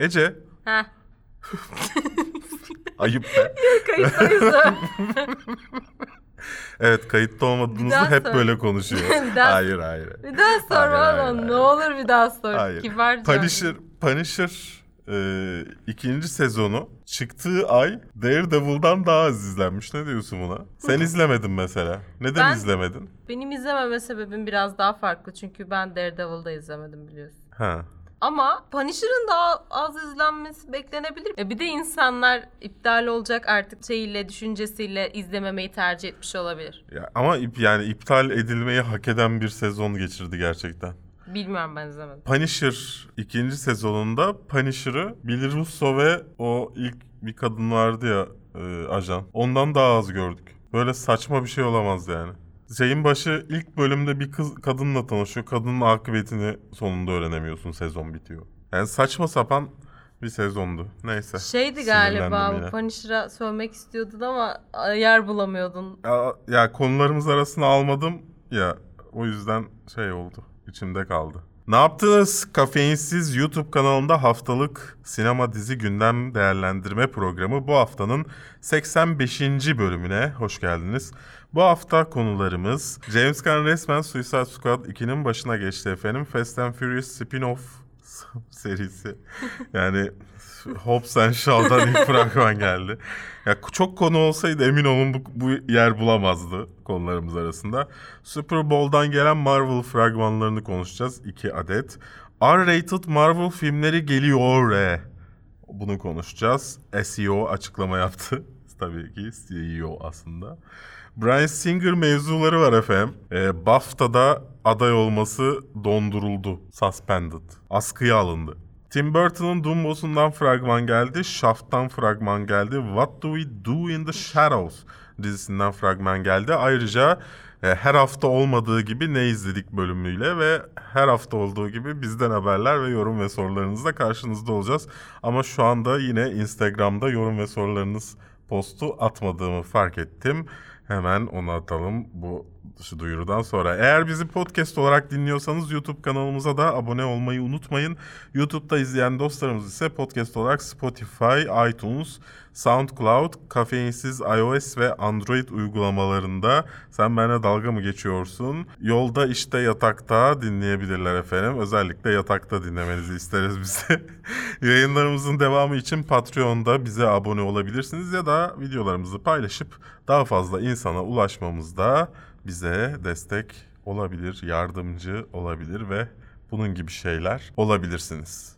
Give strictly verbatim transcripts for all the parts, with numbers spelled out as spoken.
Ece. Heh. Ayıp be. Kayıttayız. Evet, kayıtta olmadığımızda hep sor. böyle konuşuyor. daha... Hayır hayır. Bir daha sor hayır, hayır, oğlum. hayır. Ne olur bir daha sor. Hayır. Kibarca. Punisher, Punisher e, ikinci sezonu çıktığı ay Daredevil'dan daha az izlenmiş. Ne diyorsun buna? Sen izlemedin mesela. Neden Ben, izlemedin? Benim izlememe sebebim biraz daha farklı. Çünkü ben Daredevil'da izlemedim biliyorsun. Ha. Ama Punisher'ın daha az izlenmesi beklenebilir. E bir de insanlar iptal olacak artık şeyiyle, düşüncesiyle izlememeyi tercih etmiş olabilir. Ya, ama ip, yani iptal edilmeyi hak eden bir sezon geçirdi gerçekten. Bilmiyorum, ben izlemedim. Punisher ikinci sezonunda Punisher'ı Billy Russo ve o ilk bir kadın vardı ya e, ajan. Ondan daha az gördük. Böyle saçma bir şey olamaz yani. Şeyin başı ilk bölümde bir kız kadınla tanışıyor. Kadının akıbetini sonunda öğrenemiyorsun. Sezon bitiyor. Yani saçma sapan bir sezondu. Neyse. Şeydi galiba bu Punisher'a sövmek istiyordun ama yer bulamıyordun. Ya, ya konularımız arasına almadım ya, o yüzden şey oldu. İçimde kaldı. Ne yaptınız? Kafeinsiz YouTube kanalında haftalık sinema dizi gündem değerlendirme programı bu haftanın seksen beşinci bölümüne hoş geldiniz. Bu hafta konularımız James Gunn resmen Suicide Squad ikinin başına geçti efendim. Fast and Furious spin-off serisi. Yani Hobbs and Shaw'dan ilk fragman geldi. Ya çok konu olsaydı emin olun bu, bu yer bulamazdı konularımız arasında. Super Bowl'dan gelen Marvel fragmanlarını konuşacağız. iki adet. R-rated Marvel filmleri geliyor. Bunu konuşacağız. S E O açıklama yaptı. Tabii ki C E O aslında. Bryan Singer mevzuları var efendim. E, BAFTA'da aday olması donduruldu. Suspended. Askıya alındı. Tim Burton'un Dumbos'undan fragman geldi. Shaft'tan fragman geldi. What Do We Do in the Shadows dizisinden fragman geldi. Ayrıca e, her hafta olmadığı gibi ne izledik bölümüyle ve her hafta olduğu gibi bizden haberler ve yorum ve sorularınızla karşınızda olacağız. Ama şu anda yine Instagram'da yorum ve sorularınız postu atmadığımı fark ettim. Hemen onu atalım bu dışı duyurudan sonra. Eğer bizi podcast olarak dinliyorsanız YouTube kanalımıza da abone olmayı unutmayın. YouTube'da izleyen dostlarımız ise podcast olarak Spotify, iTunes, SoundCloud, kafeinsiz iOS ve Android uygulamalarında sen benimle dalga mı geçiyorsun? Yolda, işte, yatakta dinleyebilirler efendim. Özellikle yatakta dinlemenizi isteriz bize. Yayınlarımızın devamı için Patreon'da bize abone olabilirsiniz ya da videolarımızı paylaşıp daha fazla insana ulaşmamızda bize destek olabilir, yardımcı olabilir ve bunun gibi şeyler olabilirsiniz.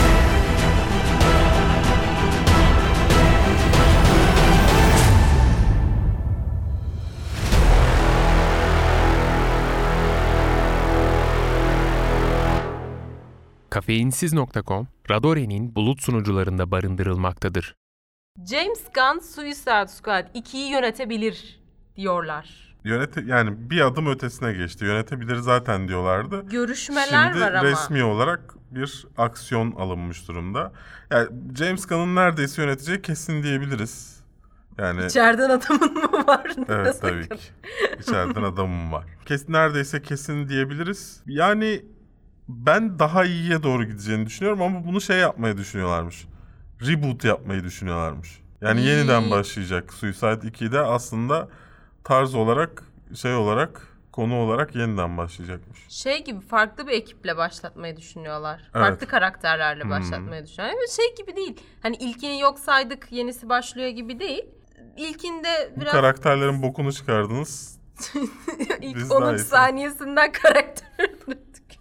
Kafeinsiz nokta com, Radore'nin bulut sunucularında barındırılmaktadır. James Gunn Suicide Squad ikiyi yönetebilir diyorlar. Yönete yani bir adım ötesine geçti. Yönetebilir zaten diyorlardı. Görüşmeler Şimdi var ama. Şimdi resmi olarak bir aksiyon alınmış durumda. Yani James Gunn'ın neredeyse yöneteceği kesin diyebiliriz. Yani İçeriden adamın mı var? Evet tabii ki. İçeriden adamım var. Kesin, neredeyse kesin diyebiliriz. Yani ben daha iyiye doğru gideceğini düşünüyorum ama bunu şey yapmayı düşünüyorlarmış. Reboot yapmayı düşünüyorlarmış. Yani İyi. yeniden başlayacak. Suicide iki'de aslında tarz olarak, şey olarak, konu olarak yeniden başlayacakmış. Şey gibi farklı bir ekiple başlatmayı düşünüyorlar. Evet. Farklı karakterlerle Hmm. başlatmayı düşünüyorlar. Ama şey gibi değil. Hani ilkini yok saydık, yenisi başlıyor gibi değil. İlkinde biraz... Bu karakterlerin bokunu çıkardınız. İlk Biz on daha üç iyisini. saniyesinden karakter öldürdük.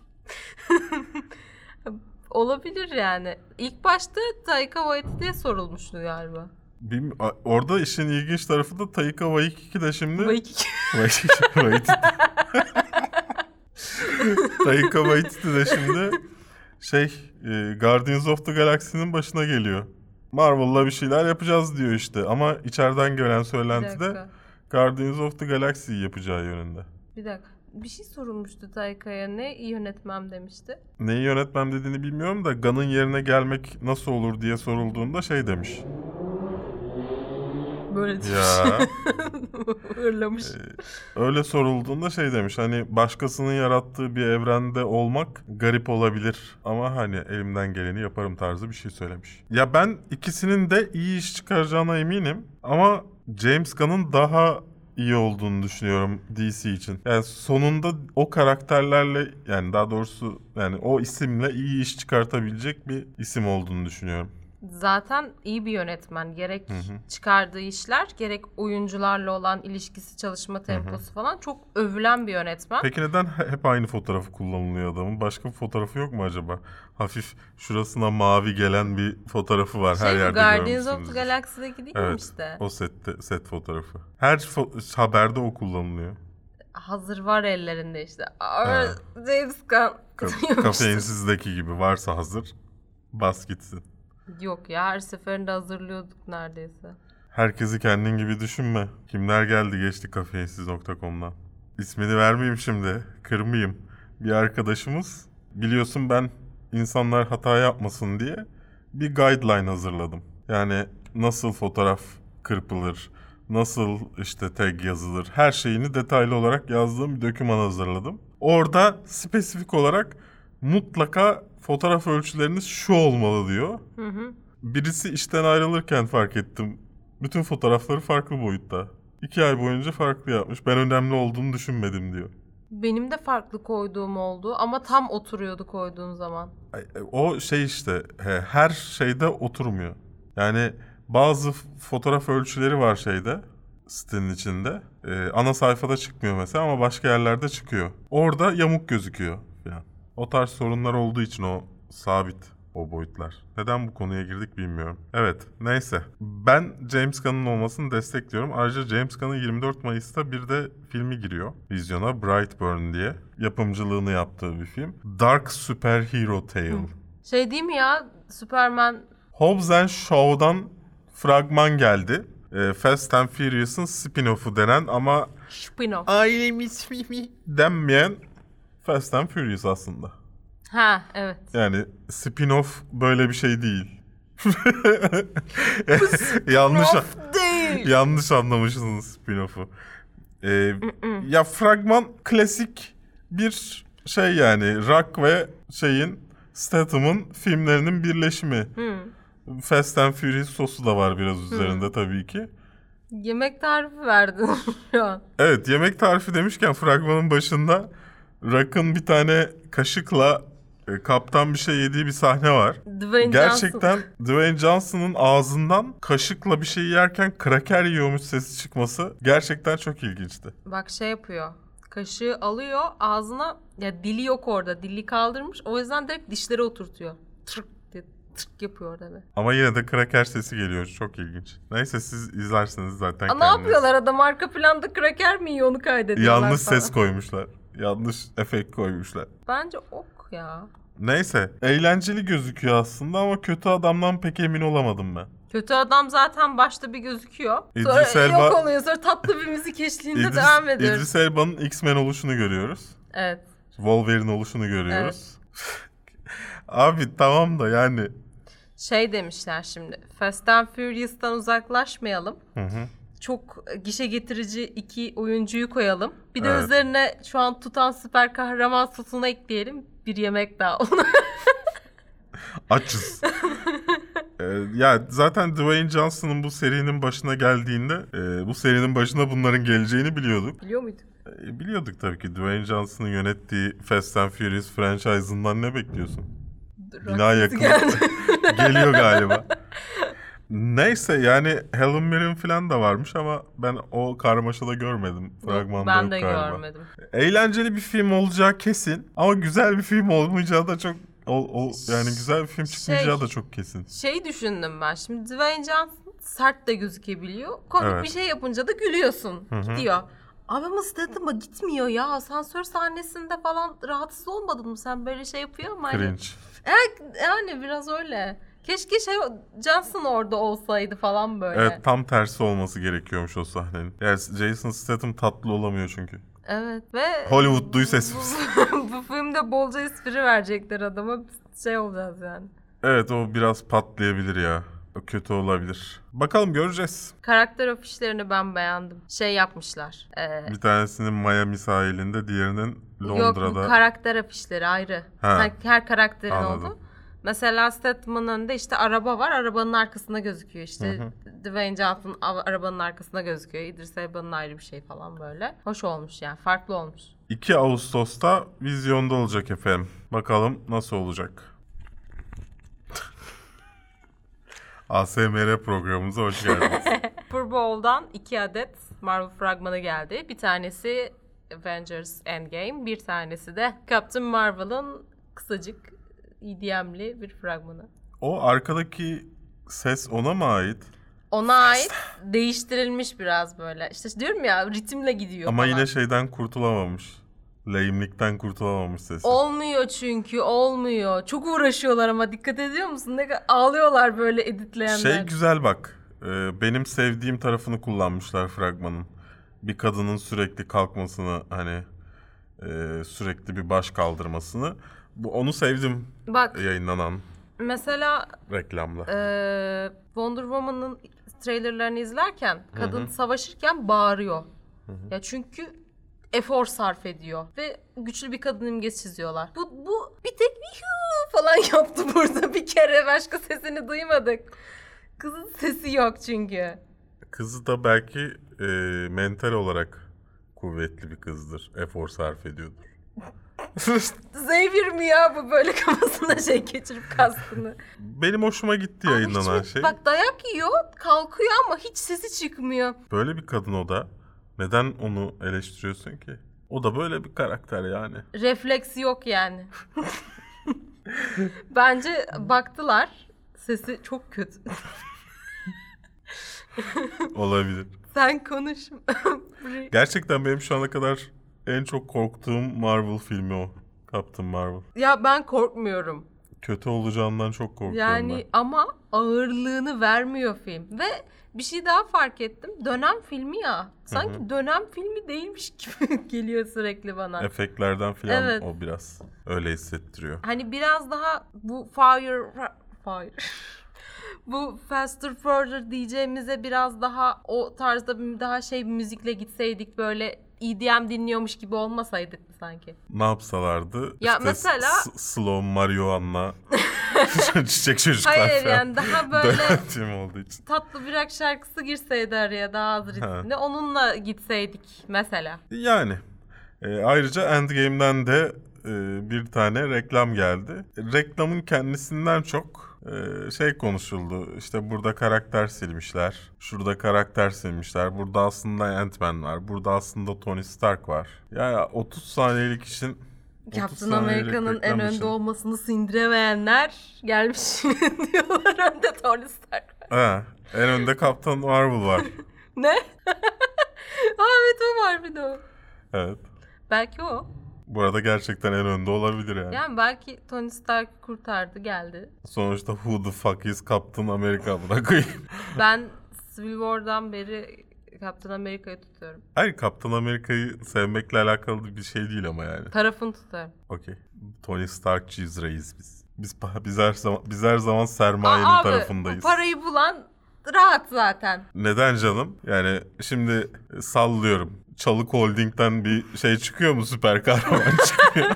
Olabilir yani. İlk başta Taika Waititi'ye sorulmuştu galiba. Bilmiyorum. Orada işin ilginç tarafı da Taika Waititi de şimdi... Waititi. Waititi. Waititi. Taika Waititi de şimdi şey e, Guardians of the Galaxy'nin başına geliyor. Marvel'la bir şeyler yapacağız diyor işte. Ama içeriden gelen söylentide Guardians of the Galaxy'yi yapacağı yönünde. Bir dakika. Bir şey sorulmuştu Taika'ya. Ne yönetmem demişti? Neyi yönetmem dediğini bilmiyorum da Gunn'ın yerine gelmek nasıl olur diye sorulduğunda şey demiş. böyle diyor. Ya. Hırlamış. Ee, öyle sorulduğunda şey demiş, hani başkasının yarattığı bir evrende olmak garip olabilir ama hani elimden geleni yaparım tarzı bir şey söylemiş. Ya ben ikisinin de iyi iş çıkaracağına eminim ama James Gunn'ın daha iyi olduğunu düşünüyorum D C için. Yani sonunda o karakterlerle, yani daha doğrusu yani o isimle iyi iş çıkartabilecek bir isim olduğunu düşünüyorum. Zaten iyi bir yönetmen. Gerek Hı hı. çıkardığı işler, gerek oyuncularla olan ilişkisi, çalışma temposu falan çok övülen bir yönetmen. Peki neden hep aynı fotoğrafı kullanılıyor adamın? Başka bir fotoğrafı yok mu acaba? Hafif şurasına mavi gelen bir fotoğrafı var. Şey Her bu, yerde Guardians of the görmüşsünüzdür. Galaxy'deki değil mi Evet, işte? o sette, set fotoğrafı. Her fo- haberde o kullanılıyor. Hazır var ellerinde işte. Aa, Evet. James Gunn. Ka- Kafeinsizdeki gibi varsa hazır, bas gitsin. Yok ya, her seferinde hazırlıyorduk neredeyse. Herkesi kendin gibi düşünme. Kimler geldi geçti kafeinsiz nokta com'dan. İsmini vermeyeyim şimdi, kırmayayım. Bir arkadaşımız, biliyorsun ben insanlar hata yapmasın diye bir guideline hazırladım. Yani nasıl fotoğraf kırpılır, nasıl işte tag yazılır, her şeyini detaylı olarak yazdığım bir doküman hazırladım. Orada spesifik olarak mutlaka fotoğraf ölçüleriniz şu olmalı diyor. Hı hı. Birisi işten ayrılırken fark ettim. Bütün fotoğrafları farklı boyutta. İki ay boyunca farklı yapmış. Ben önemli olduğunu düşünmedim diyor. Benim de farklı koyduğum oldu ama tam oturuyordu koyduğum zaman. Ay, o şey işte he, her şeyde oturmuyor. Yani bazı f- fotoğraf ölçüleri var şeyde, sitenin içinde. Ee, ana sayfada çıkmıyor mesela ama başka yerlerde çıkıyor. Orada yamuk gözüküyor falan. O tarz sorunlar olduğu için o sabit, o boyutlar. Neden bu konuya girdik bilmiyorum. Evet, neyse. Ben James Gunn'ın olmasını destekliyorum. Ayrıca James Gunn'ın yirmi dört Mayıs'ta bir de filmi giriyor vizyona, Brightburn diye. Yapımcılığını yaptığı bir film. Dark Superhero Tale. Şey değil mi ya, Superman Hobbs and Shaw'dan fragman geldi. Ee, Fast and Furious'ın spin-off'u denen ama spin-off. ailemiz filmi denmeyen Fast and Furious aslında. Ha evet. Yani spin-off böyle bir şey değil. yanlış değil. yanlış anlamışsınız spin-off'u. Ee, ya fragman klasik bir şey, yani Rock ve şeyin, Statham'ın filmlerinin birleşimi. Hı. Fast and Furious sosu da var biraz üzerinde hmm. tabii ki. Yemek tarifi verdin şu an. Evet, yemek tarifi demişken fragmanın başında Rock'ın bir tane kaşıkla e, kaptan bir şey yediği bir sahne var. Dwayne Gerçekten Johnson. Dwayne Johnson'ın ağzından kaşıkla bir şey yerken kraker yiyormuş sesi çıkması gerçekten çok ilginçti. Bak şey yapıyor. Kaşığı alıyor ağzına, ya dili yok orada. Dili kaldırmış. O yüzden direkt dişleri oturtuyor. Tırk diye tırk yapıyor orada be. Ama yine de kraker sesi geliyor. Çok ilginç. Neyse, siz izlersiniz zaten. Aa, ne yapıyorlar adam? Arka planda kraker mi yiyor, onu kaydediyorlar Yanlış falan. ses koymuşlar. Yanlış efekt koymuşlar. Bence ok ya. Neyse, eğlenceli gözüküyor aslında ama kötü adamdan pek emin olamadım ben. Kötü adam zaten başta bir gözüküyor. İdris Sonra Elba- yok oluyor. Sonra tatlı bir müzik eşliğinde İdris, devam ediyoruz. İdris Elba'nın X-Men oluşunu görüyoruz. Evet. Wolverine oluşunu görüyoruz. Abi tamam da yani. Şey demişler şimdi. Fast and Furious'tan uzaklaşmayalım. Hı hı. Çok gişe getirici iki oyuncuyu koyalım. Bir de Evet. üzerine şu an tutan süper kahraman sosunu ekleyelim. Bir yemek daha. Açız. ee, ya zaten Dwayne Johnson'ın bu serinin başına geldiğinde e, bu serinin başına bunların geleceğini biliyorduk. Biliyor muydun? E, biliyorduk tabii ki. Dwayne Johnson'ın yönettiği Fast and Furious franchise'ından ne bekliyorsun? Bina yakın. Geliyor galiba. Neyse yani Helen Mirren falan da varmış ama ben o karmaşada görmedim. Fragmanda ben yok de galiba. görmedim. Eğlenceli bir film olacağı kesin ama güzel bir film olmayacağı da çok o, o yani güzel bir film çıkmayacağı Şey- da çok kesin. Şey düşündüm ben. Şimdi Dwayne Johnson sert de gözükebiliyor. Komik Evet. bir şey yapınca da gülüyorsun. Hı hı. Gidiyor. Abi ama Statham'a gitmiyor ya. Asansör sahnesinde falan rahatsız olmadın mı? Sen böyle şey yapıyor ama hani... Cringe. Evet, yani biraz öyle. Keşke şey Johnson orada olsaydı falan böyle. Evet, tam tersi olması gerekiyormuş o sahnenin. Yani Jason Statham tatlı olamıyor çünkü. Evet ve... Hollywood duy sesimizi. bu, bu filmde bolca espri verecekler adama. Biz şey olacağız yani. Evet, o biraz patlayabilir ya. kötü olabilir. Bakalım, göreceğiz. Karakter afişlerini ben beğendim. Şey yapmışlar. E, Bir tanesinin Miami sahilinde, diğerinin yok Londra'da. bu karakter afişleri ayrı. Ha. Her, her karakterin Anladım. oldu. Mesela Statham'ın önünde işte araba var. Arabanın arkasında gözüküyor. İşte Hı hı. Dwayne Johnson a- arabanın arkasında gözüküyor. İdris Elba'nın ayrı bir şey falan böyle. Hoş olmuş yani. Farklı olmuş. iki Ağustos'ta vizyonda olacak efendim. Bakalım nasıl olacak. A S M R programımıza hoş geldiniz. Super Bowl'dan iki adet Marvel fragmanı geldi. Bir tanesi Avengers Endgame. Bir tanesi de Captain Marvel'ın kısacık E D M'li bir fragmanı. O arkadaki ses ona mı ait? Ona ait değiştirilmiş biraz böyle. İşte diyorum ya ritimle gidiyor Ama falan. yine şeyden kurtulamamış. Lehimlikten kurtulamamış sesi. Olmuyor çünkü olmuyor. Çok uğraşıyorlar ama dikkat ediyor musun? Ne kadar ağlıyorlar böyle editleyenler. Şey güzel bak. e, Benim sevdiğim tarafını kullanmışlar fragmanın. Bir kadının sürekli kalkmasını, hani e, sürekli bir baş kaldırmasını. Bu, onu sevdim Bak yayınlanan mesela reklamla. e, Wonder Woman'ın trailerlarını izlerken kadın savaşırken bağırıyor. Ya çünkü efor sarf ediyor ve güçlü bir kadın imgesi çiziyorlar. Bu bu bir tek "Yuhuu" falan yaptı burada, bir kere başka sesini duymadık. Kızın sesi yok çünkü. Kızı da belki e, mental olarak kuvvetli bir kızdır. Efor sarf ediyordur. Xavier mi ya bu, böyle kafasına şey geçirip kaskını. Benim hoşuma gitti Ama yayınlanan hiç- şey. Bak dayak yiyor, kalkıyor ama hiç sesi çıkmıyor. Böyle bir kadın o da. Neden onu eleştiriyorsun ki? O da böyle bir karakter yani. Refleksi yok yani. Bence baktılar, sesi çok kötü. Olabilir. Sen konuş. Gerçekten benim şu ana kadar en çok korktuğum Marvel filmi o. Captain Marvel. Ya ben korkmuyorum. Kötü olacağından çok korkuyorum Yani ben. ama ağırlığını vermiyor film. Ve bir şey daha fark ettim. Dönem filmi ya. Sanki dönem filmi değilmiş gibi geliyor sürekli bana. Efektlerden falan Evet. o biraz öyle hissettiriyor. Hani biraz daha bu fire fire bu faster further diyeceğimize biraz daha o tarzda bir daha şey bir müzikle gitseydik, böyle E D M dinliyormuş gibi olmasaydık mı sanki? Ne yapsalardı? Ya işte mesela- S- Slow Marihuana Çiçek Çocuklar Hayır falan. yani daha böyle Dönem film olduğu için. tatlı bir rock şarkısı girseydi araya, daha az ritimli. Onunla gitseydik mesela. Yani e, ayrıca Endgame'den de e, bir tane reklam geldi. Reklamın kendisinden çok e, şey konuşuldu. İşte burada karakter silmişler. Şurada karakter silmişler. Burada aslında Ant-Man var. Burada aslında Tony Stark var. Yani otuz saniyelik için otuz Captain saniyelik America'nın en reklam önde için- olmasını sindiremeyenler gelmiş diyorlar, önde Tony Stark var. Ha, en önde Captain Marvel var. Ne? Aa, evet o var bir de o. Evet. Belki o. Bu arada gerçekten en önde olabilir yani. Yani belki Tony Stark kurtardı geldi. Sonuçta who the fuck is Captain America, buna koyayım. Ben Civil War'dan beri Captain America'yı tutuyorum. Hayır, Captain America'yı sevmekle alakalı bir şey değil ama yani. Tarafını tutuyorum. Okey. Tony Stark'cıyız reis biz. Biz, biz her zaman biz her zaman sermayenin Aa, abi, tarafındayız. parayı bulan rahat zaten. Neden canım? Yani şimdi sallıyorum. Çalık Holding'den bir şey çıkıyor mu, süper kahraman çıkıyor?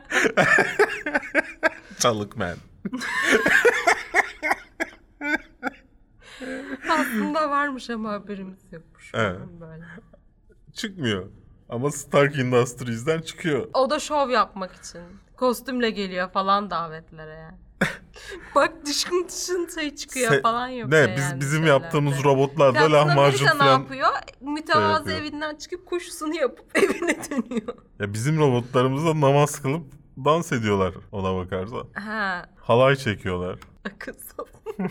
Çalık Man. Aslında varmış ama haberimiz yokmuş. Evet. Böyle. Çıkmıyor. Ama Stark Industries'den çıkıyor. O da şov yapmak için. Kostümle geliyor falan davetlere yani. Bak dışın dışın şey çıkıyor Se- falan yapıyor Ne biz yani bizim şeylerde. yaptığımız robotlarla Captain lahmacun America ne falan. yapıyor? Mütevazı şey yapıyor. evinden çıkıp koşusunu yapıp evine dönüyor. Ya bizim robotlarımız da namaz kılıp dans ediyorlar ona bakarsan. Ha, Halay çekiyorlar. akılsız.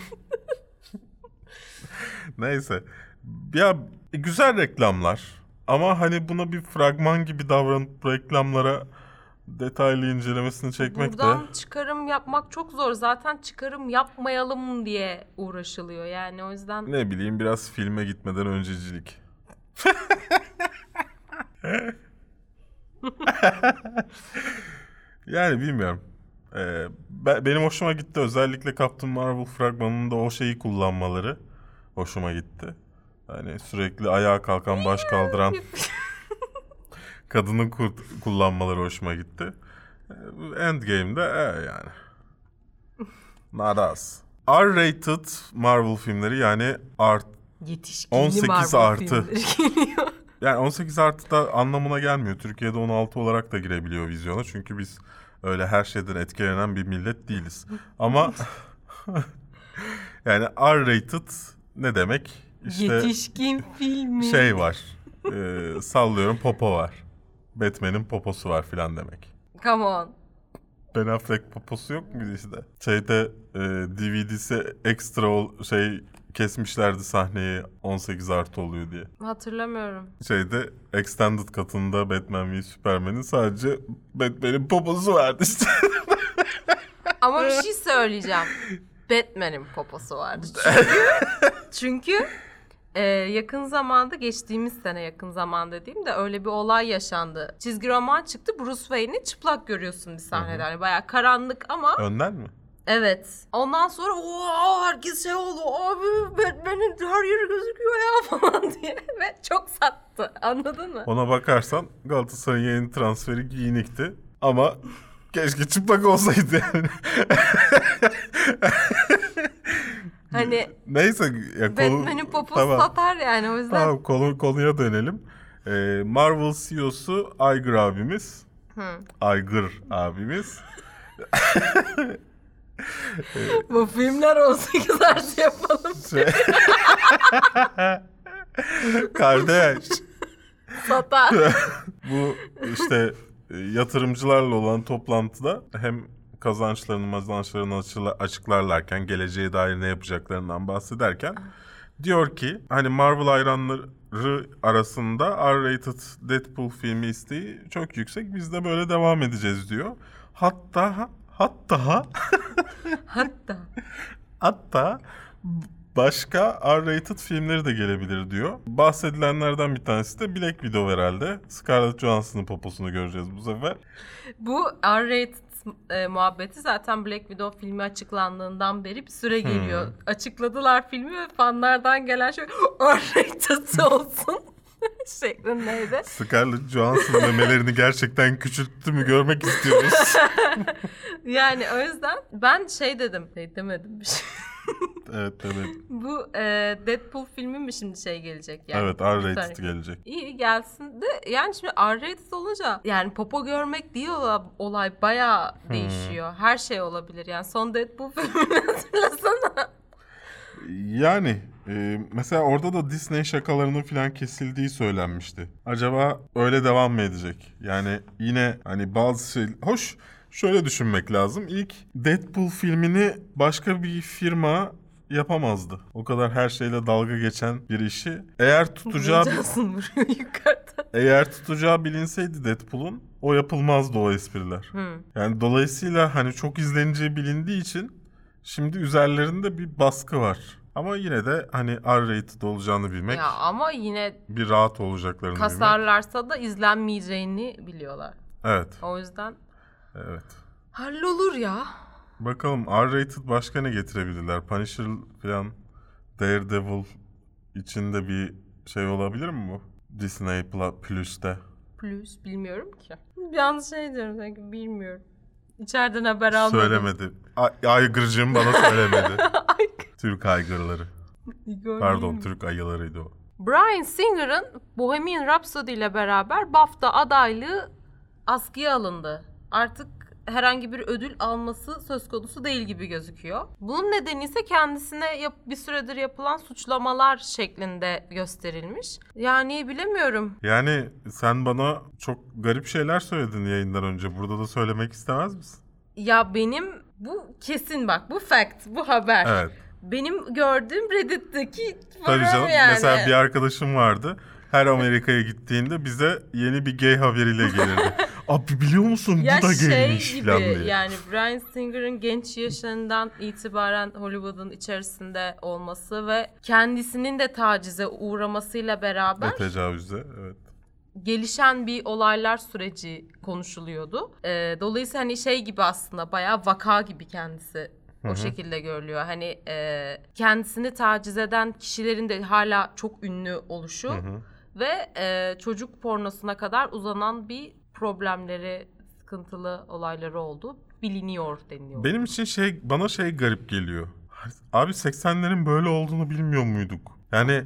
Neyse. Ya güzel reklamlar. Ama hani buna bir fragman gibi davranıp reklamlara detaylı incelemesini çekmek Buradan de... çıkarım yapmak çok zor. Zaten çıkarım yapmayalım diye uğraşılıyor. Yani o yüzden Ne bileyim, biraz filme gitmeden öncecilik. Yani bilmiyorum. Ee, be- benim hoşuma gitti. Özellikle Captain Marvel fragmanında o şeyi kullanmaları hoşuma gitti. Hani sürekli ayağa kalkan, baş kaldıran kadını kur- kullanmaları hoşuma gitti. Ee, Endgame'de e, yani. Naraz. R-rated Marvel filmleri yani art Yetişkinli on sekiz Marvel artı. filmleri geliyor. Yani on sekiz artı da anlamına gelmiyor. Türkiye'de on altı olarak da girebiliyor vizyona. Çünkü biz öyle her şeyden etkilenen bir millet değiliz. Ama yani R-rated ne demek? İşte Yetişkin filmi. şey var. E, sallıyorum popo var. Batman'in poposu var filan demek. Come on. Ben Affleck poposu yok muydu işte? Şeyde e, D V D'si ekstra ol, şey kesmişlerdi sahneyi on sekiz artı oluyor diye. Hatırlamıyorum. Şeyde extended katında Batman v Superman'in sadece Batman'in poposu vardı işte. Ama bir şey söyleyeceğim. Batman'in poposu vardı. Çünkü, çünkü e, yakın zamanda, geçtiğimiz sene yakın zaman dediğimde öyle bir olay yaşandı. Çizgi roman çıktı. Bruce Wayne'i çıplak görüyorsun bir sahnede. Hani bayağı karanlık ama... Önden mi? Evet. Ondan sonra ooo herkes şey oldu. Abi Batman'in her yeri gözüküyor ya falan diye. Ve çok sattı. Anladın mı? Ona bakarsan Galatasaray'ın yeni transferi giyinikti. Ama keşke çıplak olsaydı yani. Hani neyse. Ya, konu, Batman'in poposu tamam. satar yani o yüzden. Tamam konu, konuya dönelim. Ee, Marvel C E O'su Iger abimiz. Hı. Iger abimiz. Bu filmler on sekiz artı yapalım. Şey... Kardeş. Satar. Bu işte yatırımcılarla olan toplantıda hem kazançlarını mazançlarını açıla- açıklarlarken geleceğe dair ne yapacaklarından bahsederken diyor ki hani Marvel hayranları arasında R-rated Deadpool filmi isteği çok yüksek. Biz de böyle devam edeceğiz diyor. Hatta hatta Hatta. hatta başka R-rated filmleri de gelebilir diyor. Bahsedilenlerden bir tanesi de Black Widow herhalde. Scarlett Johansson'ın poposunu göreceğiz bu sefer. Bu R-rated e, muhabbeti zaten Black Widow filmi açıklandığından beri bir süre geliyor. Hmm. Açıkladılar filmi ve fanlardan gelen şey R-rated olsun şeklindeydi. Scarlett Johansson memelerini gerçekten küçülttü mü görmek istiyoruz. Yani o yüzden ben şey dedim. Şey demedim bir şey. Evet evet. Bu e, Deadpool filmi mi şimdi şey gelecek yani? Evet R-rated gelecek. İyi gelsin de yani şimdi R-rated olunca yani popo görmek değil olay, olay bayağı hmm. değişiyor. Her şey olabilir yani son Deadpool filmini hatırlasana. Yani e, mesela orada da Disney şakalarının falan kesildiği söylenmişti. Acaba öyle devam mı edecek? Yani yine hani bazı şey... Hoş şöyle düşünmek lazım. İlk Deadpool filmini başka bir firma yapamazdı. O kadar her şeyle dalga geçen bir işi. Eğer tutacağı eğer tutacağı bilinseydi Deadpool'un o yapılmazdı o espriler. Hmm. Yani dolayısıyla hani çok izleneceği bilindiği için şimdi üzerlerinde bir baskı var. Ama yine de hani R-rated olacağını bilmek. Ya ama yine bir rahat olacaklarını bilmek. Kasarlarsa da izlenmeyeceğini biliyorlar. Evet. O yüzden evet. Hallolur ya. Bakalım R-rated başka ne getirebilirler? Punisher falan, Daredevil içinde bir şey olabilir mi bu? Disney Plus'te. Plus bilmiyorum ki. Yalnız şey diyorum sanki bilmiyorum. İçeriden haber almadım. Söylemedi. Ay- Aygırcığım bana söylemedi. Türk aygırları. Pardon Türk ayılarıydı o. Bryan Singer'ın Bohemian Rhapsody ile beraber BAFTA adaylığı askıya alındı. Artık herhangi bir ödül alması söz konusu değil gibi gözüküyor. Bunun nedeni ise kendisine yap- bir süredir yapılan suçlamalar şeklinde gösterilmiş. Yani bilemiyorum. Yani sen bana çok garip şeyler söyledin yayından önce. Burada da söylemek istemez misin? Ya benim bu kesin bak bu fact, bu haber. Evet. Benim gördüğüm Reddit'teki tabii canım. Yani. Mesela bir arkadaşım vardı. Her Amerika'ya gittiğinde bize yeni bir gay haberiyle gelirdi. Abi biliyor musun ya bu da şey gaymiş gibi, falan diye. Yani Bryan Singer'ın genç yaşından itibaren Hollywood'un içerisinde olması ve kendisinin de tacize uğramasıyla beraber. Ve tecavüze evet. gelişen bir olaylar süreci konuşuluyordu. Ee, dolayısıyla hani şey gibi aslında bayağı vaka gibi kendisi o Hı hı. şekilde görülüyor. Hani e, kendisini taciz eden kişilerin de hala çok ünlü oluşu Hı hı. ve e, çocuk pornosuna kadar uzanan bir problemleri, sıkıntılı olayları olduğu biliniyor deniliyor. Benim için şey bana şey garip geliyor. Abi seksenlerin böyle olduğunu bilmiyor muyduk? Yani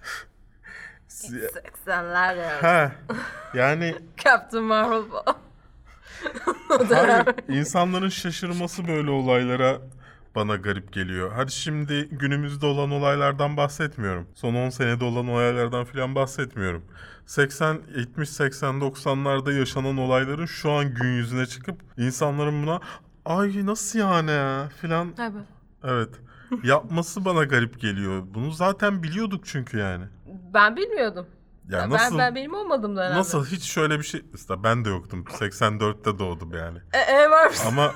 seksenler ya. ha yani Captain Marvel falan. hayır, insanların şaşırması böyle olaylara bana garip geliyor. Hadi şimdi günümüzde olan olaylardan bahsetmiyorum. Son on senede olan olaylardan filan bahsetmiyorum. seksen, yetmiş, seksen, doksanlarda yaşanan olayların şu an gün yüzüne çıkıp insanların buna ay nasıl yani ya filan Evet. evet yapması bana garip geliyor. Bunu zaten biliyorduk çünkü yani. Ben bilmiyordum. Ya ben, nasıl ben benim olmadım dönemde. nasıl hiç şöyle bir şey işte ben de yoktum. seksen dörtte doğdum yani. E, e var. Ama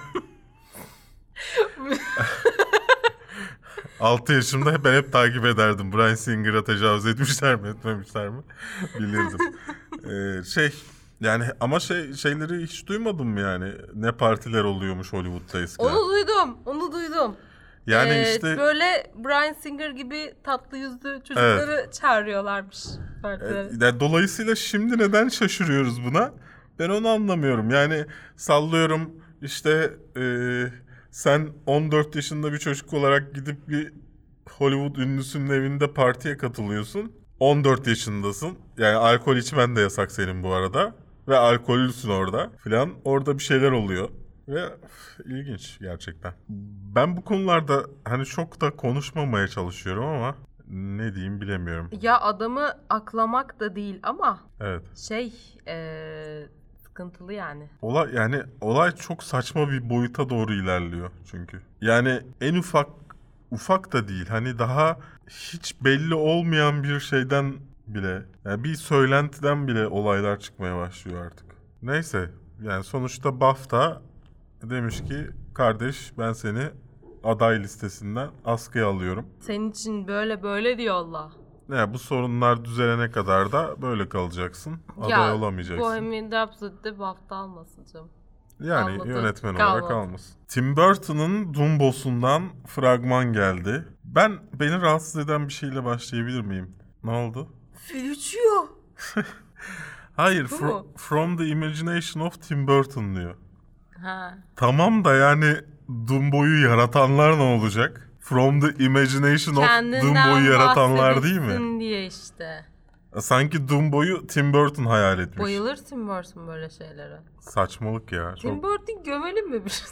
altı yaşımda ben hep takip ederdim. Bryan Singer'a tecavüz etmişler mi etmemişler mi bilirdim. Ee, şey yani ama şey şeyleri hiç duymadım yani. Ne partiler oluyormuş Hollywood'da eskiden. Onu duydum. Onu duydum. Yani Ee, işte böyle Bryan Singer gibi tatlı yüzlü çocukları çağırıyorlarmış partilere. e, yani dolayısıyla şimdi neden şaşırıyoruz buna? Ben onu anlamıyorum. Yani sallıyorum işte e, sen on dört yaşında bir çocuk olarak gidip bir Hollywood ünlüsünün evinde partiye katılıyorsun. on dört yaşındasın. Yani alkol içmen de yasak senin bu arada. Ve alkollüsün orada filan. Orada bir şeyler oluyor. Ve üf, ilginç gerçekten. Ben bu konularda hani çok da konuşmamaya çalışıyorum ama ne diyeyim bilemiyorum. Ya adamı aklamak da değil ama Evet. şey ee, sıkıntılı yani. Olay yani olay çok saçma bir boyuta doğru ilerliyor çünkü. Yani en ufak ufak da değil. Hani daha hiç belli olmayan bir şeyden bile yani bir söylentiden bile olaylar çıkmaya başlıyor artık. Neyse yani sonuçta BAFTA demiş ki kardeş ben seni aday listesinden askıya alıyorum. Senin için böyle böyle diyorlar. Yani bu sorunlar düzelene kadar da böyle kalacaksın. Aday Ya olamayacaksın. Bohemian Rhapsody'de BAFTA almasın canım. Yani Kalmadı, yönetmen kalmadı. olarak almasın. Tim Burton'ın Dumbo'sundan fragman geldi. Ben beni rahatsız eden bir şeyle başlayabilir miyim? Ne oldu? Fil uçuyor. Hayır, Bu fro- mu? From the Imagination of Tim Burton diyor. Ha. Tamam da yani Dumbo'yu yaratanlar ne olacak? From the Imagination of Dumbo'yu yaratanlar değil mi? bahsedilsin diye işte. Sanki Dumbo'yu Tim Burton hayal etmiş. Bayılır Tim Burton böyle şeylere. Saçmalık ya. Tim Çok... Burton gömelim mi bir?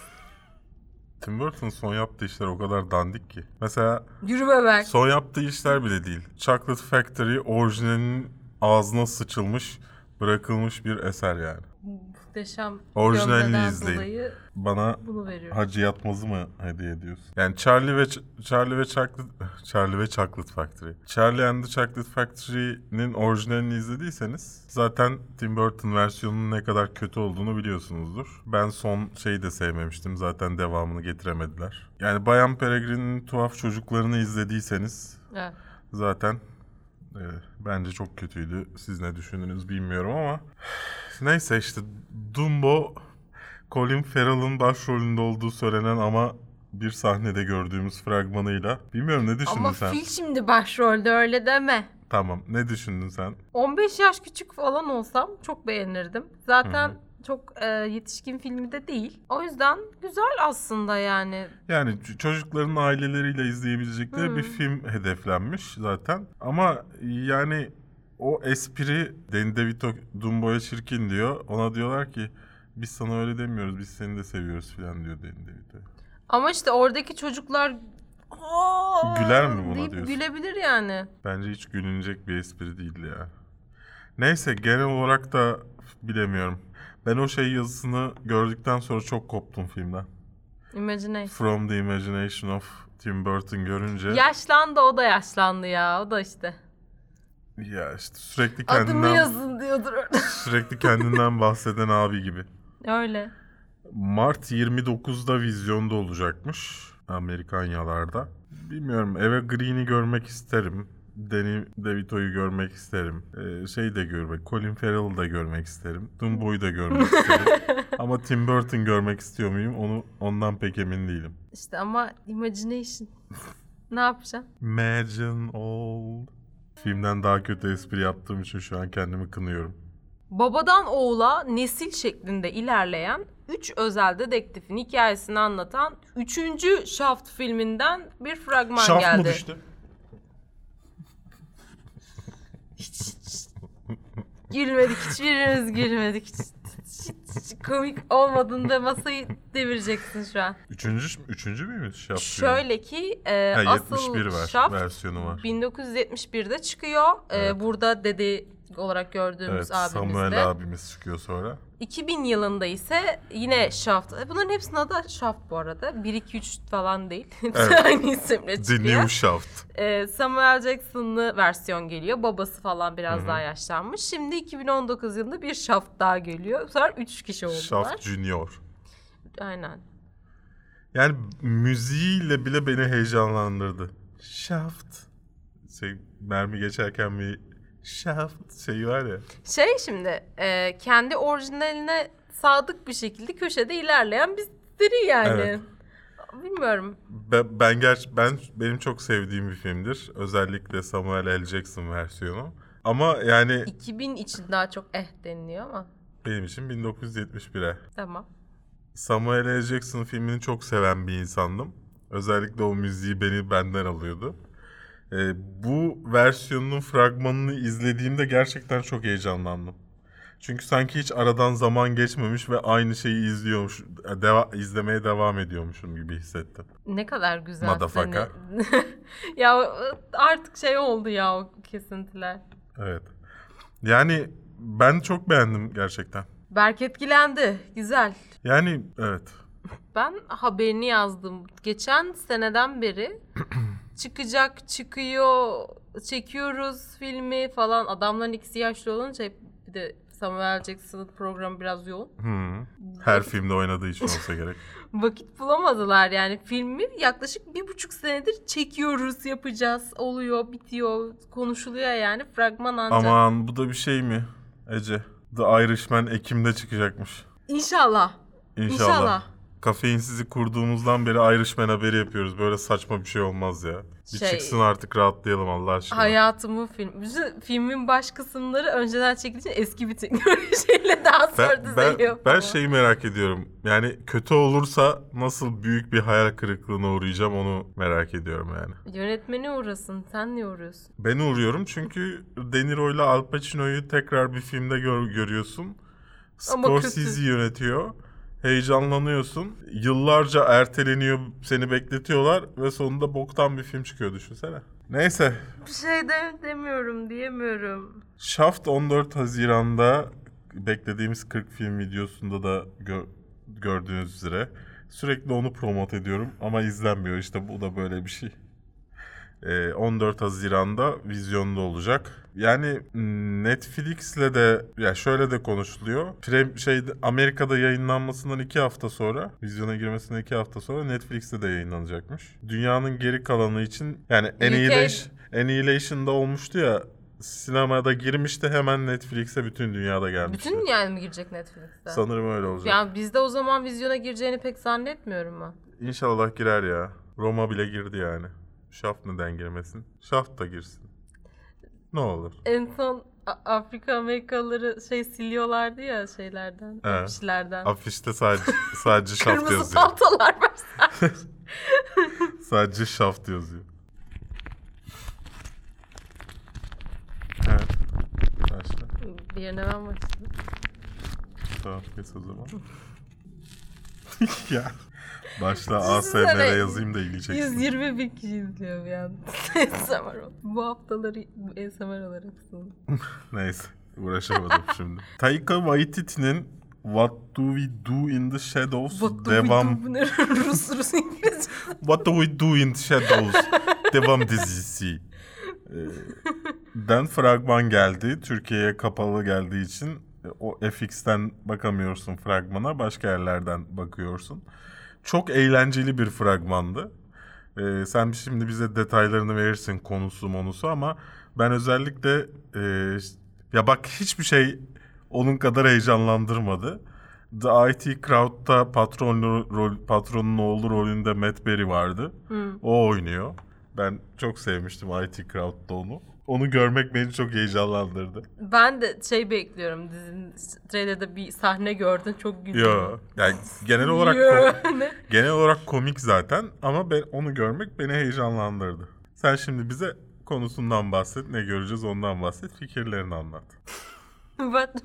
Tim Burton son yaptığı işler o kadar dandik ki. Mesela Yürü bebek. son yaptığı işler bile değil. Chocolate Factory orijinalinin ağzına sıçılmış, bırakılmış bir eser yani. Muhteşem Orijinalini gömleden izleyin. dolayı Bana bunu veriyorum. Hacı Yatmaz'ı mı hediye ediyorsun? Yani Charlie ve Ch- Charlie ve Chocolate Charlie ve Chocolate Factory. Charlie and the Chocolate Factory'nin orijinalini izlediyseniz zaten Tim Burton versiyonunun ne kadar kötü olduğunu biliyorsunuzdur. Ben son şeyi de sevmemiştim. Zaten devamını getiremediler. Yani Bayan Peregrine'in Tuhaf Çocuklarını izlediyseniz Evet. zaten e, bence çok kötüydü. Siz ne düşündünüz bilmiyorum ama neyse işte Dumbo Colin Farrell'ın başrolünde olduğu söylenen ama bir sahnede gördüğümüz fragmanıyla. Bilmiyorum ne düşündün Ama sen? Phil şimdi başrolde öyle deme. Tamam ne düşündün sen? on beş yaş küçük falan olsam çok beğenirdim. Zaten çok e, yetişkin filmi de değil. O yüzden güzel aslında yani. Yani ç- çocukların aileleriyle izleyebilecekleri Hı. bir film hedeflenmiş zaten. Ama yani o espri Danny DeVito Dumbo'ya çirkin diyor. Ona diyorlar ki biz sana öyle demiyoruz biz seni de seviyoruz falan diyor Danny DeVito. Ama işte oradaki çocuklar "Aa!" Güler mi buna deyip diyorsun? gülebilir yani. Bence hiç gülünecek bir espri değildi ya. Neyse genel olarak da bilemiyorum. Ben o şey yazısını gördükten sonra çok koptum filmden. Imagination. From the Imagination of Tim Burton görünce. Yaşlandı, o da yaşlandı ya. O da işte. Ya işte sürekli Adımı kendinden yazın diyordur orada. sürekli kendinden bahseden abi gibi. Öyle. Mart yirmi dokuzda vizyonda olacakmış Amerikanyalarda. Bilmiyorum Eva Green'i görmek isterim. Danny DeVito'yu görmek isterim. Ee, şey de görmek, Colin Farrell'ı da görmek isterim. Dumbo'yu da görmek isterim. Ama Tim Burton görmek istiyor muyum? Onu ondan pek emin değilim. İşte ama imagination. Ne yapacaksın? Imagine all. Filmden daha kötü espri yaptığım için şu an kendimi kınıyorum. Babadan oğula nesil şeklinde ilerleyen üç özel dedektifin hikayesini anlatan üçüncü Shaft filminden bir fragman Shaft geldi. mı düştü? Hiç, hiç gülmedik, hiçbirimiz gülmedik. Hiç, hiç, hiç komik olmadığında masayı devireceksin şu an. Üçüncü, üçüncü müymüş Shaft? Şöyle ki e, ha, asıl yetmiş bir var, Shaft versiyonu var. bin dokuz yüz yetmiş birde çıkıyor. Evet. E, burada dede olarak gördüğümüz Evet, abimiz Samuel de. abimiz çıkıyor sonra. iki bin yılında ise yine Shaft. Bunların hepsinin adı Shaft bu arada. bir iki üç falan değil. Hepsi Evet. aynı isimle The çıkıyor. New Shaft. Ee, Samuel Jackson'lı versiyon geliyor. Babası falan biraz Hı-hı. daha yaşlanmış. Şimdi iki bin on dokuz yılında bir Shaft daha geliyor. Bu sefer üç kişi oldular. Shaft Junior. Aynen. Yani müziğiyle bile beni heyecanlandırdı. Shaft. Şey, mermi geçerken bir Shaft şeyi var ya. Şey şimdi e, kendi orijinaline sadık bir şekilde köşede ilerleyen bir seri yani. Evet. Bilmiyorum. Ben, ben ger ben benim çok sevdiğim bir filmdir. Özellikle Samuel L. Jackson versiyonu. Ama yani iki bin için daha çok eh deniliyor ama. benim için bin dokuz yüz yetmiş bire. Tamam. Samuel L. Jackson filmini çok seven bir insandım. Özellikle o müziği beni benden alıyordu. Ee, bu versiyonun fragmanını izlediğimde gerçekten çok heyecanlandım. Çünkü sanki hiç aradan zaman geçmemiş ve aynı şeyi izliyormuş, deva- izlemeye devam ediyormuşum gibi hissettim. Ne kadar güzel Motherfucker. seni. Ya artık şey oldu ya o kesintiler. Evet. Yani ben çok beğendim gerçekten. Berk etkilendi. Güzel. Yani evet. Ben haberini yazdım. Geçen seneden beri çıkacak, çıkıyor, çekiyoruz filmi falan. Adamların ikisi yaşlı olunca hep bir de Samuel Jackson'ın programı biraz yoğun. Hmm. Her filmde oynadığı için olsa gerek. Vakit bulamadılar yani. Filmi yaklaşık bir buçuk senedir çekiyoruz, yapacağız, oluyor, bitiyor, konuşuluyor yani. Fragman ancak. Aman bu da bir şey mi Ece? The Irishman Ekim'de çıkacakmış. İnşallah. İnşallah. İnşallah. Kafeinsizi kurduğumuzdan beri Irishman haberi yapıyoruz. Böyle saçma bir şey olmaz ya. Bir Şey, çıksın artık rahatlayalım Allah aşkına. Hayatımın film. Bütün filmin baş kısımları önceden çekildiği için eski bir teknolojiyle daha sonra Ben, ben, düzeliyor ben falan. şeyi merak ediyorum. Yani kötü olursa nasıl büyük bir hayal kırıklığına uğrayacağım onu merak ediyorum yani. Yönetmeni uğrasın. Sen niye uğruyorsun? Ben uğruyorum çünkü De Niro ile Al Pacino'yu tekrar bir filmde gör, görüyorsun. Ama Scorsese kötü. yönetiyor. Heyecanlanıyorsun. Yıllarca erteleniyor, seni bekletiyorlar ve sonunda boktan bir film çıkıyor düşünsene. Neyse. Bir şey de demiyorum, diyemiyorum. Shaft on dört Haziran'da beklediğimiz kırk film videosunda da gö- gördüğünüz üzere sürekli onu promote ediyorum ama izlenmiyor. İşte bu da böyle bir şey. Ee, on dört Haziran'da vizyonda olacak. Yani Netflix'le de ya şöyle de konuşuluyor. Pre- şey Amerika'da yayınlanmasından iki hafta sonra, vizyona girmesinden iki hafta sonra Netflix'te de yayınlanacakmış. Dünyanın geri kalanı için yani Annihilation, Annihilation'da olmuştu ya, sinemada girmişti, hemen Netflix'e bütün dünyada gelmişti. Bütün dünyaya mı girecek Netflix'te? Sanırım öyle olacak. Yani bizde o zaman vizyona gireceğini pek zannetmiyorum ben. İnşallah girer ya. Roma bile girdi yani. Shaft neden girmesin? Shaft da girsin. Ne olur. En son A- Afrika Amerikalıları şey siliyorlardı ya şeylerden, Evet. afişlerden. Afişte sadece sadece Shaft Kırmızı yazıyor. paltolar var sadece. Sadece Shaft yazıyor. Evet. Başla. Bir yerine ben başladım. Tamam kes o zaman. Ya. Başla A S M R Düşünsene, yazayım da ilgi çeksin. yüz yirmi bin kişi izliyor bir an. A S M R. Bu haftaları A S M R olarak sunuldu. Neyse. Uğraşamadım şimdi. Taika Waititi'nin What Do We Do in the Shadows What do devam... we do? Bu ne? Rus Rus İngilizce. What Do We Do in the Shadows devam dizisi. Ee, den fragman geldi. Türkiye'ye kapalı geldiği için o F X'ten bakamıyorsun fragmana. Başka yerlerden bakıyorsun. Çok eğlenceli bir fragmandı. Ee, sen şimdi bize detaylarını verirsin, konusu monusu, ama ben özellikle e, ya bak hiçbir şey onun kadar heyecanlandırmadı. The I T Crowd'da patron rol, patronun oğlu rolünde Matt Berry vardı. Hmm. O oynuyor. Ben çok sevmiştim I T Crowd'da onu. Onu görmek beni çok heyecanlandırdı. Ben de şey bekliyorum, dizinin trailer'da bir sahne gördün, çok güldüm. Yo, yani genel olarak kom- genel olarak komik zaten, ama ben onu görmek beni heyecanlandırdı. Sen şimdi bize konusundan bahset, ne göreceğiz ondan bahset, fikirlerini anlat. But,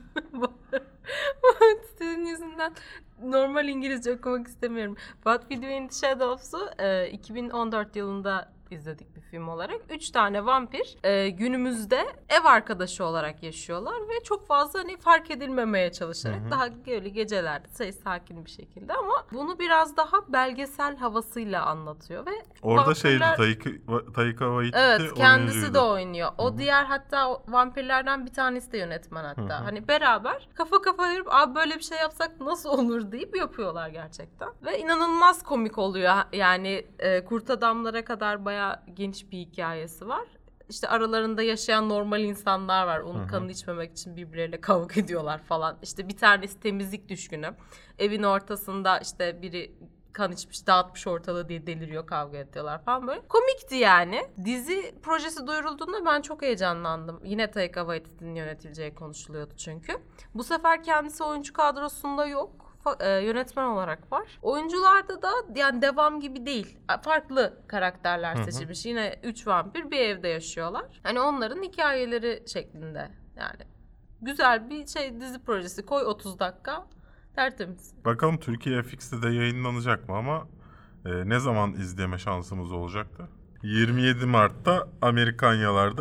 sizin yüzünden normal İngilizce okumak istemiyorum. What We Do in the Shadows'u e, iki bin on dört yılında izledik bir film olarak. Üç tane vampir e, günümüzde ev arkadaşı olarak yaşıyorlar ve çok fazla hani fark edilmemeye çalışarak, hı hı, daha böyle gecelerde sayı sakin bir şekilde, ama bunu biraz daha belgesel havasıyla anlatıyor ve orada vampirler... şeydi Taika, Taika Waititi evet, kendisi oyuncuydu. de oynuyor. O, hı-hı, diğer hatta o vampirlerden bir tanesi de yönetmen hatta. Hı-hı. Hani beraber kafa kafa verip abi böyle bir şey yapsak nasıl olur deyip yapıyorlar gerçekten. Ve inanılmaz komik oluyor. Yani e, kurt adamlara kadar bayağı geniş bir hikayesi var. İşte aralarında yaşayan normal insanlar var. Onun, hı-hı, kanını içmemek için birbirleriyle kavga ediyorlar falan. İşte bir tanesi temizlik düşkünü. Evin ortasında işte biri kan içmiş, dağıtmış ortalığı diye deliriyor, kavga ediyorlar falan böyle. Komikti yani. Dizi projesi duyurulduğunda ben çok heyecanlandım. Yine Taika Waititi'nin yönetileceği konuşuluyordu çünkü. Bu sefer kendisi oyuncu kadrosunda yok. Fa- e, yönetmen olarak var. Oyuncularda da yani devam gibi değil. Farklı karakterler seçilmiş. Hı hı. Yine üç vampir bir evde yaşıyorlar. Hani onların hikayeleri şeklinde. Yani güzel bir şey, dizi projesi. Koy otuz dakika. Tertemiz. Bakalım Türkiye F X'te de yayınlanacak mı, ama e, ne zaman izleme şansımız olacaktı? yirmi yedi Mart'ta Amerikanyalarda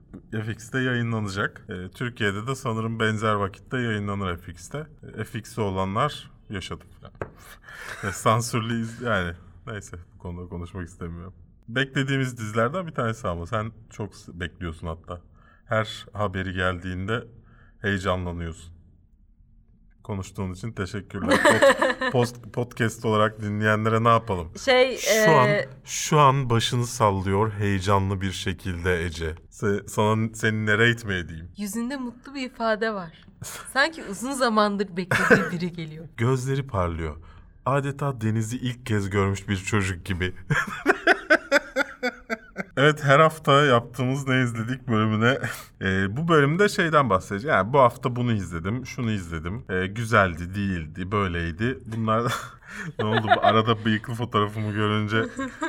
F X'te yayınlanacak. E, Türkiye'de de sanırım benzer vakitte yayınlanır F X'te. E, F X'te olanlar yaşadık. Yani. Sansürlü iz... yani neyse, bu konuda konuşmak istemiyorum. Beklediğimiz dizilerden bir tanesi ama sen çok bekliyorsun hatta. Her haberi geldiğinde heyecanlanıyorsun. Konuştuğun için teşekkürler. Pod, post, podcast olarak dinleyenlere ne yapalım? Şey, şu ee... an şu an başını sallıyor heyecanlı bir şekilde Ece. Se, sana seni narrate mi edeyim? Yüzünde mutlu bir ifade var. Sanki uzun zamandır beklediği biri geliyor. Gözleri parlıyor. Adeta denizi ilk kez görmüş bir çocuk gibi. Evet, her hafta yaptığımız ne izledik bölümüne e, bu bölümde şeyden bahsedeceğim. Yani bu hafta bunu izledim, şunu izledim. E, güzeldi, değildi, böyleydi. Bunlar ne oldu? Arada bıyıklı fotoğrafımı görünce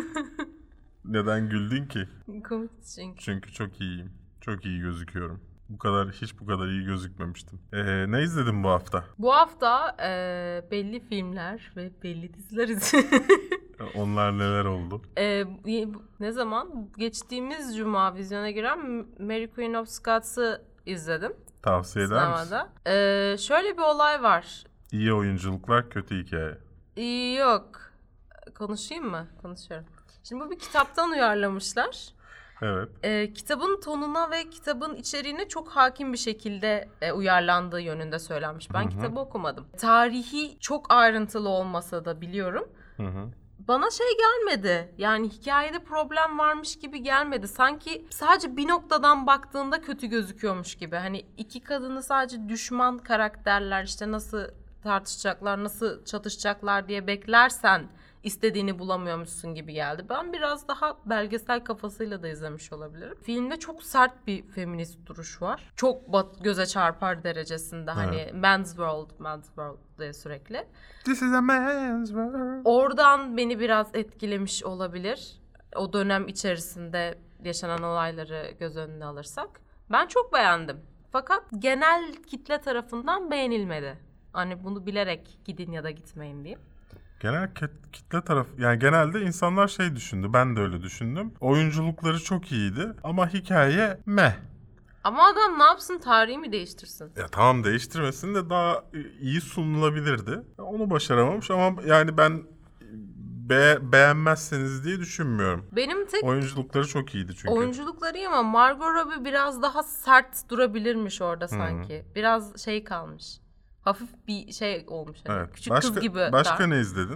neden güldün ki? Komik çünkü. Çünkü çok iyiyim. Çok iyi gözüküyorum. Bu kadar hiç bu kadar iyi gözükmemiştim. E, ne izledin bu hafta? Bu hafta e, belli filmler ve belli diziler izledim. Onlar neler oldu? Ee, ne zaman? Geçtiğimiz cuma vizyona giren Mary Queen of Scots'ı izledim. Tavsiye eder misin? Ee, şöyle bir olay var. İyi oyunculuklar, kötü hikaye. İyi yok. Konuşayım mı? Konuşuyorum. Şimdi bu bir kitaptan uyarlamışlar. Evet. Ee, kitabın tonuna ve kitabın içeriğine çok hakim bir şekilde e, uyarlandığı yönünde söylenmiş. Ben, hı hı, kitabı okumadım. Tarihi çok ayrıntılı olmasa da biliyorum. Hı hı. Bana şey gelmedi, yani hikayede problem varmış gibi gelmedi. Sanki sadece bir noktadan baktığında kötü gözüküyormuş gibi. Hani iki kadını sadece düşman karakterler, işte nasıl tartışacaklar, nasıl çatışacaklar diye beklersen istediğini bulamıyormuşsun gibi geldi. Ben biraz daha belgesel kafasıyla da izlemiş olabilirim. Filmde çok sert bir feminist duruş var. Çok bat, göze çarpar derecesinde. Evet. Hani men's world, men's world diye sürekli. This is a man's world. Oradan beni biraz etkilemiş olabilir. O dönem içerisinde yaşanan olayları göz önüne alırsak. Ben çok beğendim. Fakat genel kitle tarafından beğenilmedi. Hani bunu bilerek gidin ya da gitmeyin diyeyim. Genel kitle taraf, yani genelde insanlar şey düşündü, ben de öyle düşündüm. Oyunculukları çok iyiydi ama hikaye meh. Ama adam ne yapsın, tarihi mi değiştirsin? Ya tamam, değiştirmesin de daha iyi sunulabilirdi. Onu başaramamış ama yani ben be- beğenmezseniz diye düşünmüyorum. Benim tek... Oyunculukları çok iyiydi çünkü. Oyunculukları iyi ama Margot Robbie biraz daha sert durabilirmiş orada sanki. Hmm. Biraz şey kalmış. Hafif bir şey olmuş. Hani. Evet. Küçük başka, kız gibi. Başka dar. ne izledin?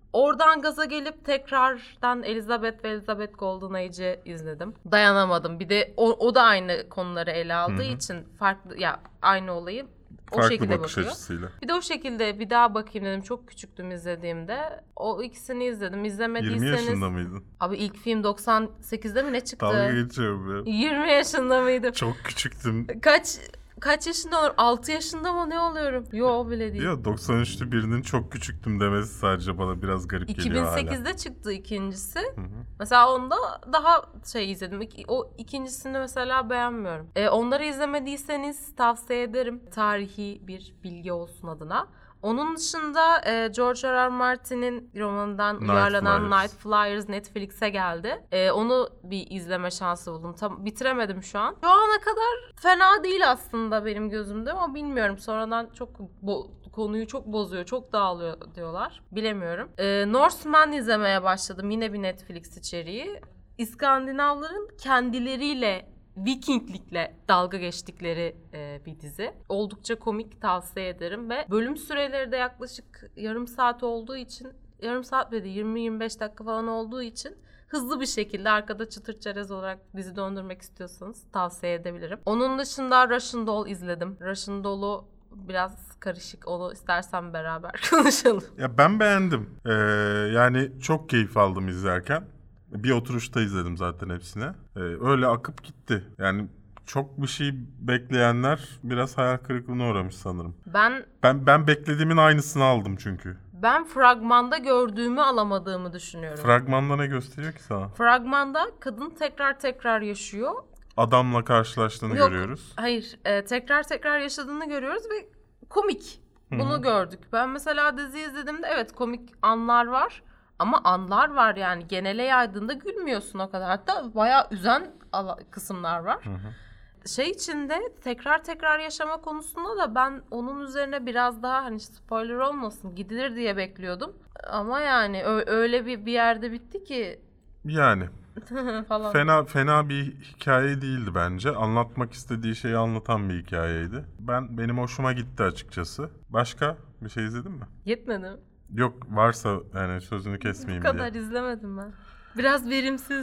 Oradan gaza gelip tekrardan Elizabeth ve Elizabeth Golden Age'i izledim. Dayanamadım. Bir de o, o da aynı konuları ele aldığı Hı-hı. için farklı ya aynı olayı o farklı şekilde bakış bakıyor. açısıyla. Bir de o şekilde bir daha bakayım dedim. Çok küçüktüm izlediğimde. O ikisini izledim. İzlemediyseniz... yirmi yaşında mıydın? Abi ilk film doksan sekizde mi ne çıktı? Dalga geçiyorum ya. yirmi yaşında mıydım? Çok küçüktüm. Kaç kaç yaşında olur? altı yaşında mı ne oluyorum? Yo bile değil. Ya doksan üçlü birinin çok küçüktüm demesi sadece bana biraz garip geliyor hala. iki bin sekizde çıktı ikincisi. Hı hı. Mesela onda daha şey izledim. O ikincisini mesela beğenmiyorum. Ee, onları izlemediyseniz tavsiye ederim. Tarihi bir bilgi olsun adına. Onun dışında e, George R. R. Martin'in romanından Night uyarlanan Flyers. Night Flyers Netflix'e geldi. E, onu bir izleme şansı buldum. Tam bitiremedim şu an. Şu ana kadar fena değil aslında benim gözümde ama bilmiyorum. Sonradan çok bo- konuyu çok bozuyor, çok dağılıyor diyorlar. Bilemiyorum. E, Northman izlemeye başladım. Yine bir Netflix içeriği. İskandinavların kendileriyle Vikinglikle dalga geçtikleri e, bir dizi. Oldukça komik, tavsiye ederim ve bölüm süreleri de yaklaşık yarım saat olduğu için, yarım saat dedi yirmi yirmi beş dakika falan olduğu için hızlı bir şekilde arkada çıtır çerez olarak dizi döndürmek istiyorsanız tavsiye edebilirim. Onun dışında Russian Doll izledim. Russian Doll'u biraz karışık. Onu istersen beraber konuşalım. Ya ben beğendim. Ee, yani çok keyif aldım izlerken. Bir oturuşta izledim zaten hepsine. Ee, öyle akıp gitti. Yani çok bir şey bekleyenler biraz hayal kırıklığına uğramış sanırım. Ben ben ben beklediğimin aynısını aldım çünkü. Ben fragmanda gördüğümü alamadığımı düşünüyorum. Fragmanda ne gösteriyor ki sana? Fragmanda kadın tekrar tekrar yaşıyor. Adamla karşılaştığını Yok, görüyoruz. Hayır, e, tekrar tekrar yaşadığını görüyoruz ve komik. Bunu Hı-hı. gördük. Ben mesela dizi izlediğimde evet komik anlar var. Ama anlar var yani genele yaydığında gülmüyorsun o kadar. Hatta bayağı üzen kısımlar var. Hı hı. Şey içinde tekrar tekrar yaşama konusunda da ben onun üzerine biraz daha hani spoiler olmasın gidilir diye bekliyordum. Ama yani öyle bir bir yerde bitti ki. Yani. falan. Fena fena bir hikaye değildi bence. Anlatmak istediği şeyi anlatan bir hikayeydi. Ben benim hoşuma gitti açıkçası. Başka bir şey izledin mi? Yetmedi mi? Yok varsa yani sözünü kesmeyeyim diye. Bu kadar diye. izlemedim ben. Biraz verimsiz.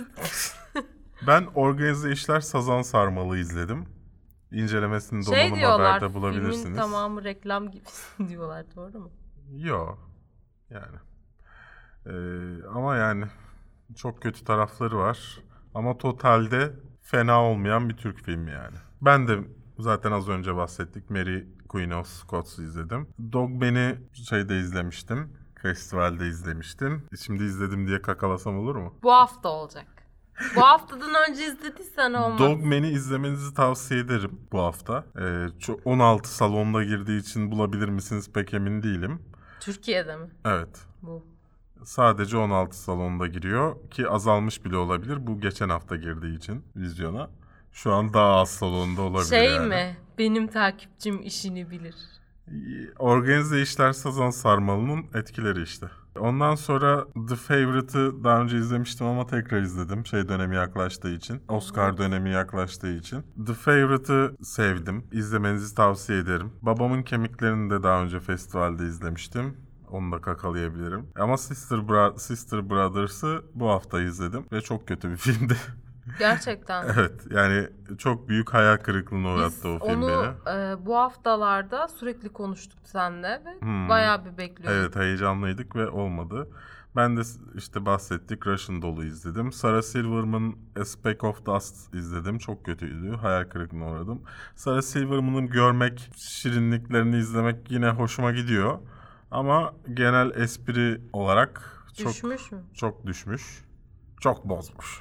Ben Organize İşler Sazan Sarmalı izledim. İncelemesini şey Donanım diyorlar, Haber'de bulabilirsiniz. filmin tamamı reklam gibi diyorlar, doğru mu? Yok yani. Ee, ama yani çok kötü tarafları var. Ama totalde fena olmayan bir Türk filmi yani. Ben de zaten az önce bahsettik. Mary Queen of Scots'u izledim. Dogman'i şeyde izlemiştim. Festivalde izlemiştim. Şimdi izledim diye kakalasam olur mu? Bu hafta olacak. Bu haftadan önce izlediysen olmaz. Dogman'i izlemenizi tavsiye ederim bu hafta. Ee, on altı salonda girdiği için bulabilir misiniz pek emin değilim. Türkiye'de mi? Evet. Bu. Sadece on altı salonda giriyor ki azalmış bile olabilir. Bu geçen hafta girdiği için vizyona. Şu an daha az salonda olabilir şey yani. mi? Benim takipçim işini bilir. Organize İşler Sazan Sarmalı'nın etkileri işte. Ondan sonra The Favourite'ı daha önce izlemiştim ama tekrar izledim. Şey dönemi yaklaştığı için. Oscar dönemi yaklaştığı için. The Favourite'ı sevdim. İzlemenizi tavsiye ederim. Babamın Kemiklerini de daha önce festivalde izlemiştim. Onu da kakalayabilirim. Ama Sister, Bra- Sister Brothers'ı bu hafta izledim. Ve çok kötü bir filmdi. Gerçekten. Evet yani çok büyük hayal kırıklığına uğrattı Biz o film onu beni. e, bu haftalarda sürekli konuştuk seninle ve Hmm. bayağı bir bekliyorduk. Evet heyecanlıydık ve olmadı. Ben de işte bahsettik Russian Doll'u izledim. Sarah Silverman A Speck of Dust izledim. Çok kötüydü. Hayal kırıklığına uğradım. Sarah Silverman'ın görmek, şirinliklerini izlemek yine hoşuma gidiyor. Ama genel espri olarak çok Düşmüş mü? çok düşmüş. Çok bozmuş.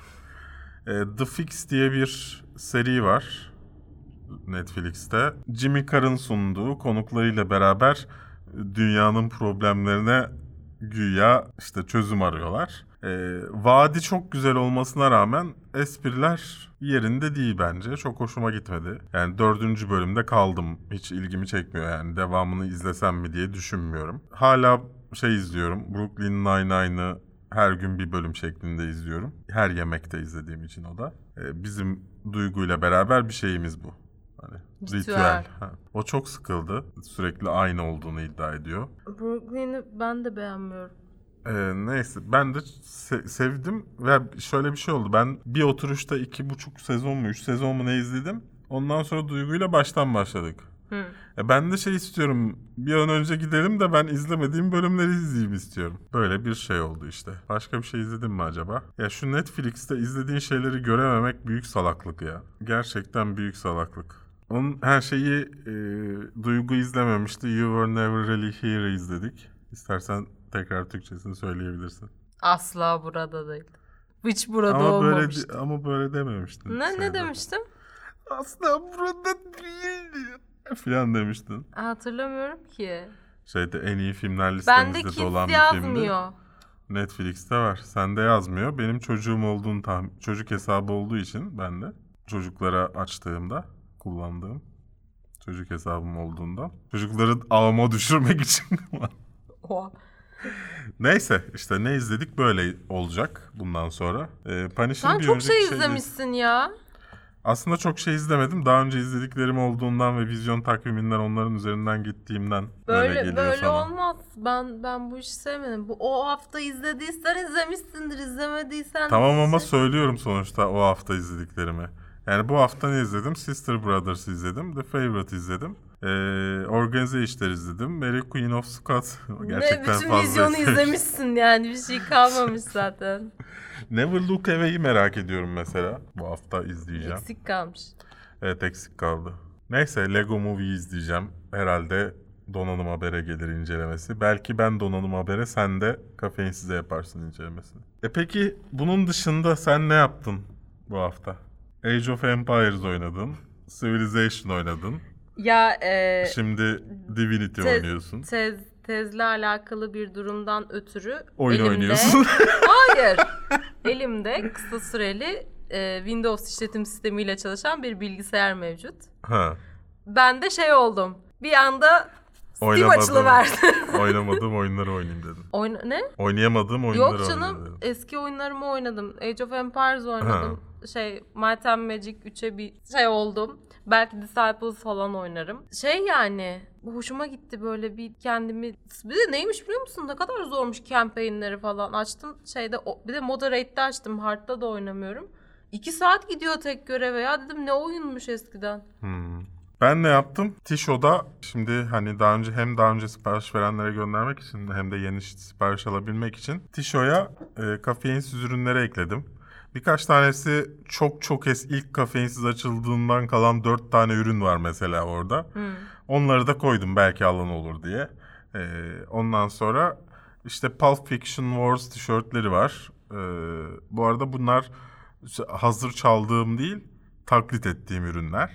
The Fix diye bir seri var Netflix'te. Jimmy Carr'ın sunduğu konuklarıyla beraber dünyanın problemlerine güya işte çözüm arıyorlar. Ee, vaadi çok güzel olmasına rağmen espriler yerinde değil bence. Çok hoşuma gitmedi. Yani dördüncü bölümde kaldım. Hiç ilgimi çekmiyor yani. Devamını izlesem mi diye düşünmüyorum. Hala şey izliyorum. Brooklyn Nine-Nine'ı her gün bir bölüm şeklinde izliyorum. Her yemekte izlediğim için o da. Ee, bizim Duygu'yla beraber bir şeyimiz bu. Hani ritüel. ritüel. Ha. O çok sıkıldı. Sürekli aynı olduğunu iddia ediyor. Brooklyn'i ben de beğenmiyorum. Ee, neyse ben de se- sevdim ve şöyle bir şey oldu. Ben bir oturuşta iki buçuk sezon mu üç sezon mu ne izledim. Ondan sonra Duygu'yla baştan başladık. Hı. E ben de şey istiyorum. Bir an önce gidelim de ben izlemediğim bölümleri izleyeyim istiyorum. Böyle bir şey oldu işte. Başka bir şey izledin mi acaba? Ya şu Netflix'te izlediğin şeyleri görememek büyük salaklık ya. Gerçekten büyük salaklık. Onun her şeyi e, Duygu izlememişti. You Were Never Really Here izledik. İstersen tekrar Türkçesini söyleyebilirsin. Asla burada değil. Hiç burada Ama böyle olmamıştı. de- ama böyle dememiştin. Ne, şeyde. ne demiştim? Asla burada değil falan demiştin. Hatırlamıyorum ki. Şeyde en iyi filmler Bende listemizde kids dolan bir filmdi. yazmıyor. Netflix'te var. Sende yazmıyor. Benim çocuğum olduğunu tahmin... Çocuk hesabı olduğu için ben de çocuklara açtığımda kullandığım çocuk hesabım olduğundan. Çocukları ağıma düşürmek için. Oha. Neyse işte ne izledik böyle olacak bundan sonra. Ee, Punisher'ın Sen bir çok önceki şey şeydi- izlemişsin ya. Aslında çok şey izlemedim. Daha önce izlediklerim olduğundan ve vizyon takviminden onların üzerinden gittiğimden böyle, Böyle geliyor böyle sana. olmaz. Ben ben bu işi sevmedim. Bu o hafta izlediysen izlemişsindir, izlemediysen. Tamam ama izle- söylüyorum sonuçta o hafta izlediklerimi. Yani bu hafta ne izledim? Sister Brothers izledim. The Favorite izledim. Ee, Organize İşler izledim. Mary Queen of Scots. Ve Gerçekten bütün fazla vizyonu izlemişim. izlemişsin yani, bir şey kalmamış zaten. Never Look Away'i merak ediyorum mesela. Bu hafta izleyeceğim. Eksik kalmış. Evet eksik kaldı. Neyse Lego Movie izleyeceğim. Herhalde Donanım Haber'e gelir incelemesi. Belki ben Donanım Haber'e, sen de Kafeinsize yaparsın incelemesini. E peki bunun dışında sen ne yaptın bu hafta? Age of Empires oynadın. Civilization oynadın. Ya e, Şimdi Divinity te- oynuyorsun. tez tezle alakalı bir durumdan ötürü Oyun elimde oynuyorsun. hayır. Elimde kısa süreli e, Windows işletim sistemiyle çalışan bir bilgisayar mevcut. Ha. Ben de şey oldum. Bir anda Steam Oynamadım. açılıverdi. Oynamadığım oyunları oynayayım dedim. Oyna ne? Oynayamadığım oyunları Yok canım, oynayayım dedim. eski oyunlarımı oynadım. Age of Empires oynadım. Şey, Might and Magic üçe bir şey oldum. Belki Disciples falan oynarım. Şey yani, hoşuma gitti böyle bir kendimi... Bir de neymiş biliyor musun? Ne kadar zormuş campaign'leri falan. Açtım şeyde, bir de Moderate'de açtım. Hard'da da oynamıyorum. İki saat gidiyor tek göreve ya. Dedim ne oyunmuş eskiden. Hmm. Ben ne yaptım? Tisho'da şimdi hani daha önce hem daha önce sipariş verenlere göndermek için hem de yeni sipariş alabilmek için Tisho'ya e, kafeinsiz ürünleri ekledim. Birkaç tanesi çok çok es ilk kafeinsiz açıldığından kalan dört tane ürün var mesela orada. Hmm. Onları da koydum belki alan olur diye. E, ondan sonra işte Pulp Fiction Wars tişörtleri var. E, bu arada bunlar hazır çaldığım değil, taklit ettiğim ürünler.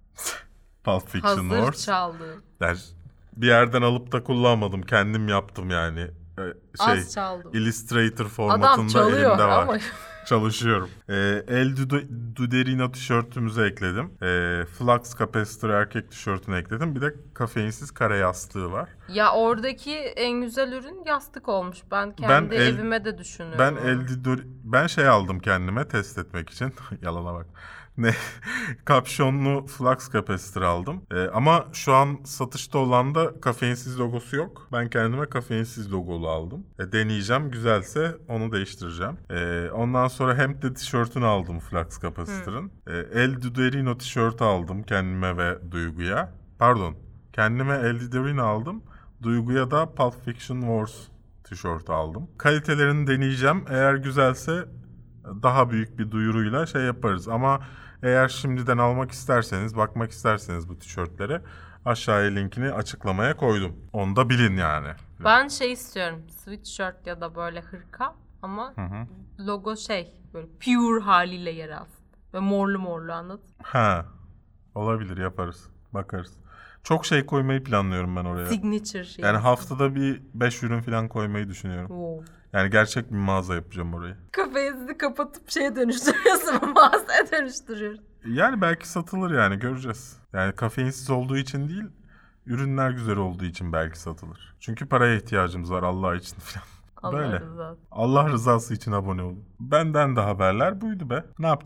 Pulp Fiction Hazır Wars. çaldı. Yani bir yerden alıp da kullanmadım. Kendim yaptım yani. Ee, şey, Az çaldım. Illustrator Adam formatında çalıyor elimde var. ama... Çalışıyorum. Ee, El Dude- Duderino tişörtümüzü ekledim. Ee, Flux Capacitor erkek tişörtünü ekledim. Bir de kafeinsiz kare yastığı var. Ya oradaki en güzel ürün yastık olmuş. Ben kendi Ben el- evime de düşünüyorum. Ben onu. El Duder- ben şey aldım kendime test etmek için. Yalana bak. Ne? Kapşonlu flux kapasitör aldım. Ee, ama şu an satışta olan da kafeinsiz logosu yok. Ben kendime kafeinsiz logolu aldım. E, deneyeceğim. Güzelse onu değiştireceğim. E, ondan sonra hem de tişörtünü aldım flux kapasitörün. E, El Duderino tişörtü aldım kendime ve Duygu'ya. Pardon. Kendime El Duderino aldım. Duygu'ya da Pulp Fiction Wars tişörtü aldım. Kalitelerini deneyeceğim. Eğer güzelse daha büyük bir duyuruyla şey yaparız. Ama eğer şimdiden almak isterseniz, bakmak isterseniz bu tişörtlere aşağıya linkini açıklamaya koydum. Onu da bilin yani. Ben şey istiyorum. Sweatshirt ya da böyle hırka ama Hı hı. logo şey böyle pure haliyle yer alsın. Ve morlu morlu, anladın? Ha. Olabilir, yaparız. Bakarız. Çok şey koymayı planlıyorum ben oraya. Signature şey. Yani haftada bir beş ürün falan koymayı düşünüyorum. Wow. Yani gerçek bir mağaza yapacağım orayı. Kafenizi kapatıp şeye dönüştürüyorsun. Mağazaya dönüştürüyorsun. Yani belki satılır yani, göreceğiz. Yani kafeinsiz olduğu için değil, ürünler güzel olduğu için belki satılır. Çünkü paraya ihtiyacımız var Allah için falan. Allah Böyle. rızası. Allah rızası için abone olun. Benden de haberler buydu be. Ne yapacaksın?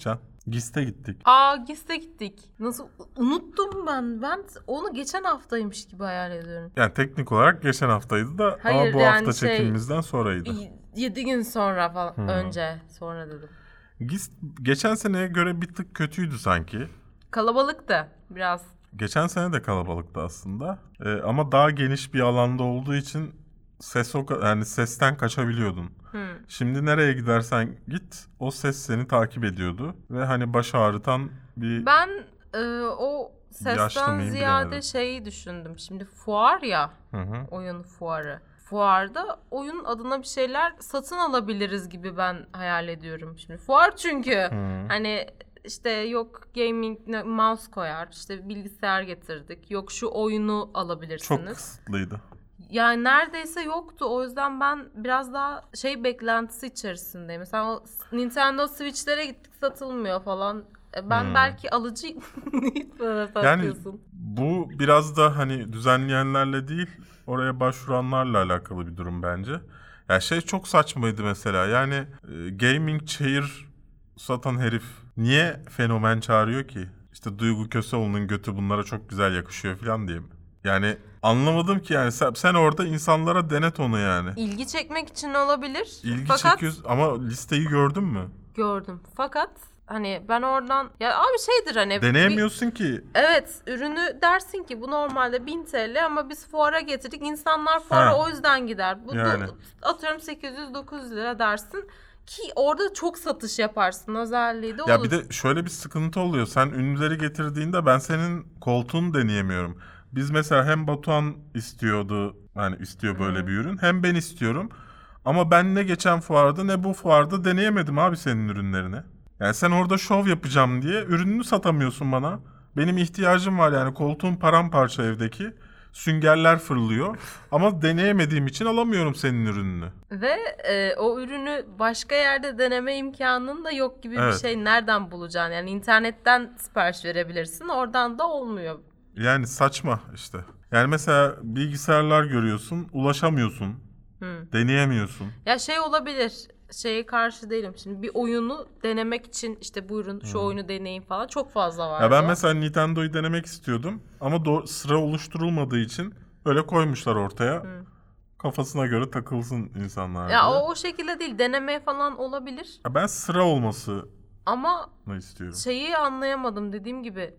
Gist'e gittik. Aa Gist'e gittik. Nasıl unuttum ben. Ben onu geçen haftaymış gibi hayal ediyorum. Yani teknik olarak geçen haftaydı da Hayır, ama bu yani hafta şey, çekimimizden sonraydı. yedi gün sonra falan Hmm. önce sonra dedim. Gist geçen seneye göre bir tık kötüydü sanki. Kalabalıktı biraz. Geçen sene de kalabalıktı aslında. Ee, ama daha geniş bir alanda olduğu için ses o ka- yani sesten kaçabiliyordun. Hmm. Şimdi nereye gidersen git o ses seni takip ediyordu ve hani baş ağrıtan bir Ben e, o Yaşlı sesten mıyım ziyade bilemedim. şeyi düşündüm. Şimdi fuar ya, Hı hı. oyun fuarı. Fuarda oyun adına bir şeyler satın alabiliriz gibi ben hayal ediyorum. Şimdi fuar çünkü Hı. hani işte yok gaming mouse koyar, işte bilgisayar getirdik, yok şu oyunu Çok alabilirsiniz. kısıtlıydı. Yani neredeyse yoktu. O yüzden ben biraz daha şey beklentisi içerisindeyim. Mesela o Nintendo Switch'lere gittik, satılmıyor falan. E Ben Hmm. belki alıcıyım. Niye bana Yani satıyorsun? bu biraz da hani düzenleyenlerle değil oraya başvuranlarla alakalı bir durum bence. Ya şey çok saçmaydı mesela yani e, gaming chair satan herif niye fenomen çağırıyor ki? İşte Duygu Köseoğlu'nun götü bunlara çok güzel yakışıyor falan diye mi? Yani anlamadım ki yani sen, sen orada insanlara denet onu yani. İlgi çekmek için olabilir. İlgi Fakat çekiyorsun ama listeyi gördün mü? gördüm. Fakat hani ben oradan ya abi şeydir hani bir- Deneyemiyorsun ki. evet, ürünü dersin ki bu normalde bin T L ama biz fuara getirdik. İnsanlar fuara Ha. o yüzden gider. Bu Yani. do- atıyorum sekiz yüz dokuz yüz lira dersin ki orada çok satış yaparsın. Özelliği de Ya olur. bir de şöyle bir sıkıntı oluyor. Sen ünlüleri getirdiğinde ben senin koltuğunu deneyemiyorum. Biz mesela hem Batuhan istiyordu, hani istiyor böyle bir ürün, hem ben istiyorum. Ama ben ne geçen fuarda ne bu fuarda deneyemedim abi senin ürünlerini. Yani sen orada şov yapacağım diye ürününü satamıyorsun bana. Benim ihtiyacım var yani koltuğum paramparça evdeki. Süngerler fırlıyor. Ama deneyemediğim için alamıyorum senin ürününü. Ve e, o ürünü başka yerde deneme imkanın da yok gibi Evet. bir şey. Nereden bulacaksın? Yani internetten sipariş verebilirsin. Oradan da olmuyor. Yani saçma işte. Yani mesela bilgisayarlar görüyorsun, ulaşamıyorsun, Hı. deneyemiyorsun. Ya şey olabilir. Şeye karşı değilim. Şimdi bir oyunu denemek için işte buyurun şu oyunu deneyin falan çok fazla var. Ya ben mesela Nintendo'yu denemek istiyordum ama do- sıra oluşturulmadığı için öyle koymuşlar ortaya. Hı. Kafasına göre takılsın insanlar Ya diye. o, o şekilde değil. Deneme falan olabilir. Ya ben sıra olmasını Ama istiyorum. şeyi anlayamadım dediğim gibi.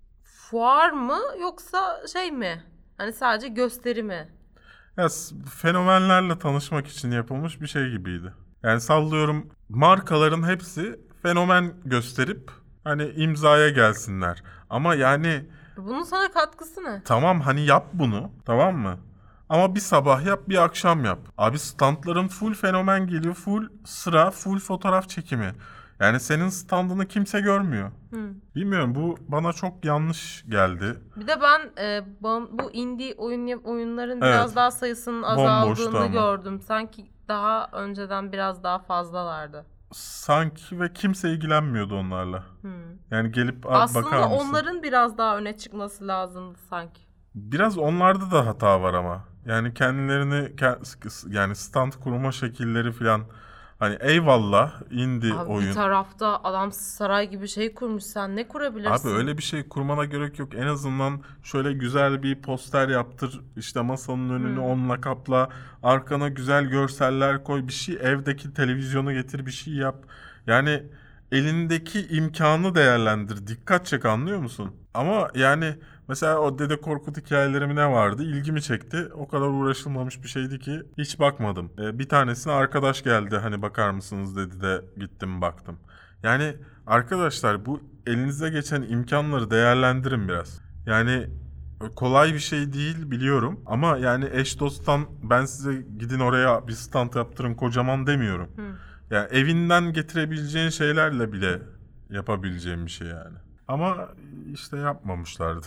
Fuar mı yoksa şey mi? Hani sadece gösteri mi? Ya s- fenomenlerle tanışmak için yapılmış bir şey gibiydi. Yani sallıyorum markaların hepsi fenomen gösterip hani imzaya gelsinler. Ama yani Bunun sana katkısı ne? tamam hani yap bunu, tamam mı? Ama bir sabah yap, bir akşam yap. Abi standların full fenomen geliyor, full sıra, full fotoğraf çekimi. Yani senin standını kimse görmüyor. Hı. Bilmiyorum, bu bana çok yanlış geldi. Bir de ben e, bam- bu indie oyun oyunların Evet. biraz daha sayısının Bomboştu azaldığını ama. gördüm. Sanki daha önceden biraz daha fazlalardı. Sanki ve kimse ilgilenmiyordu onlarla. Hı. Yani gelip "Aa, bakar Aslında mısın?" onların biraz daha öne çıkması lazımdı sanki. Biraz onlarda da hata var ama. Yani kendilerini ke- yani stand kurma şekilleri falan. Hani eyvallah indie Abi oyun. bir tarafta adam saray gibi şey kurmuş, sen ne kurabilirsin? Abi öyle bir şey kurmana gerek yok. En azından şöyle güzel bir poster yaptır. İşte masanın önünü Hmm. onunla kapla. Arkana güzel görseller koy. Bir şey, evdeki televizyonu getir, bir şey yap. Yani elindeki imkanı değerlendir. Dikkat çek, anlıyor musun? Ama yani mesela o Dede Korkut hikayeleri ne vardı? İlgimi çekti. O kadar uğraşılmamış bir şeydi ki hiç bakmadım. Ee, bir tanesine arkadaş geldi. Hani bakar mısınız dedi de gittim baktım. Yani arkadaşlar bu elinize geçen imkanları değerlendirin biraz. Yani kolay bir şey değil biliyorum ama yani eş dosttan ben size gidin oraya bir stand yaptırın kocaman demiyorum. Hı. Yani evinden getirebileceğin şeylerle bile yapabileceğin bir şey yani. Ama işte yapmamışlardı.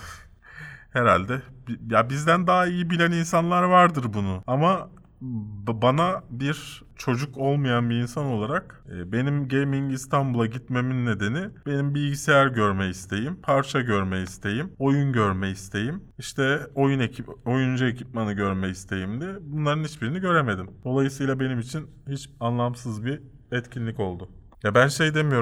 Herhalde ya bizden daha iyi bilen insanlar vardır bunu ama b- bana bir çocuk olmayan bir insan olarak e, benim Gaming İstanbul'a gitmemin nedeni benim bilgisayar görme isteğim, parça görme isteğim, oyun görme isteğim, işte oyun ekip oyuncu ekipmanı görme isteğimdi. Bunların hiçbirini göremedim. Dolayısıyla benim için hiç anlamsız bir etkinlik oldu. Ya ben şey demiyorum.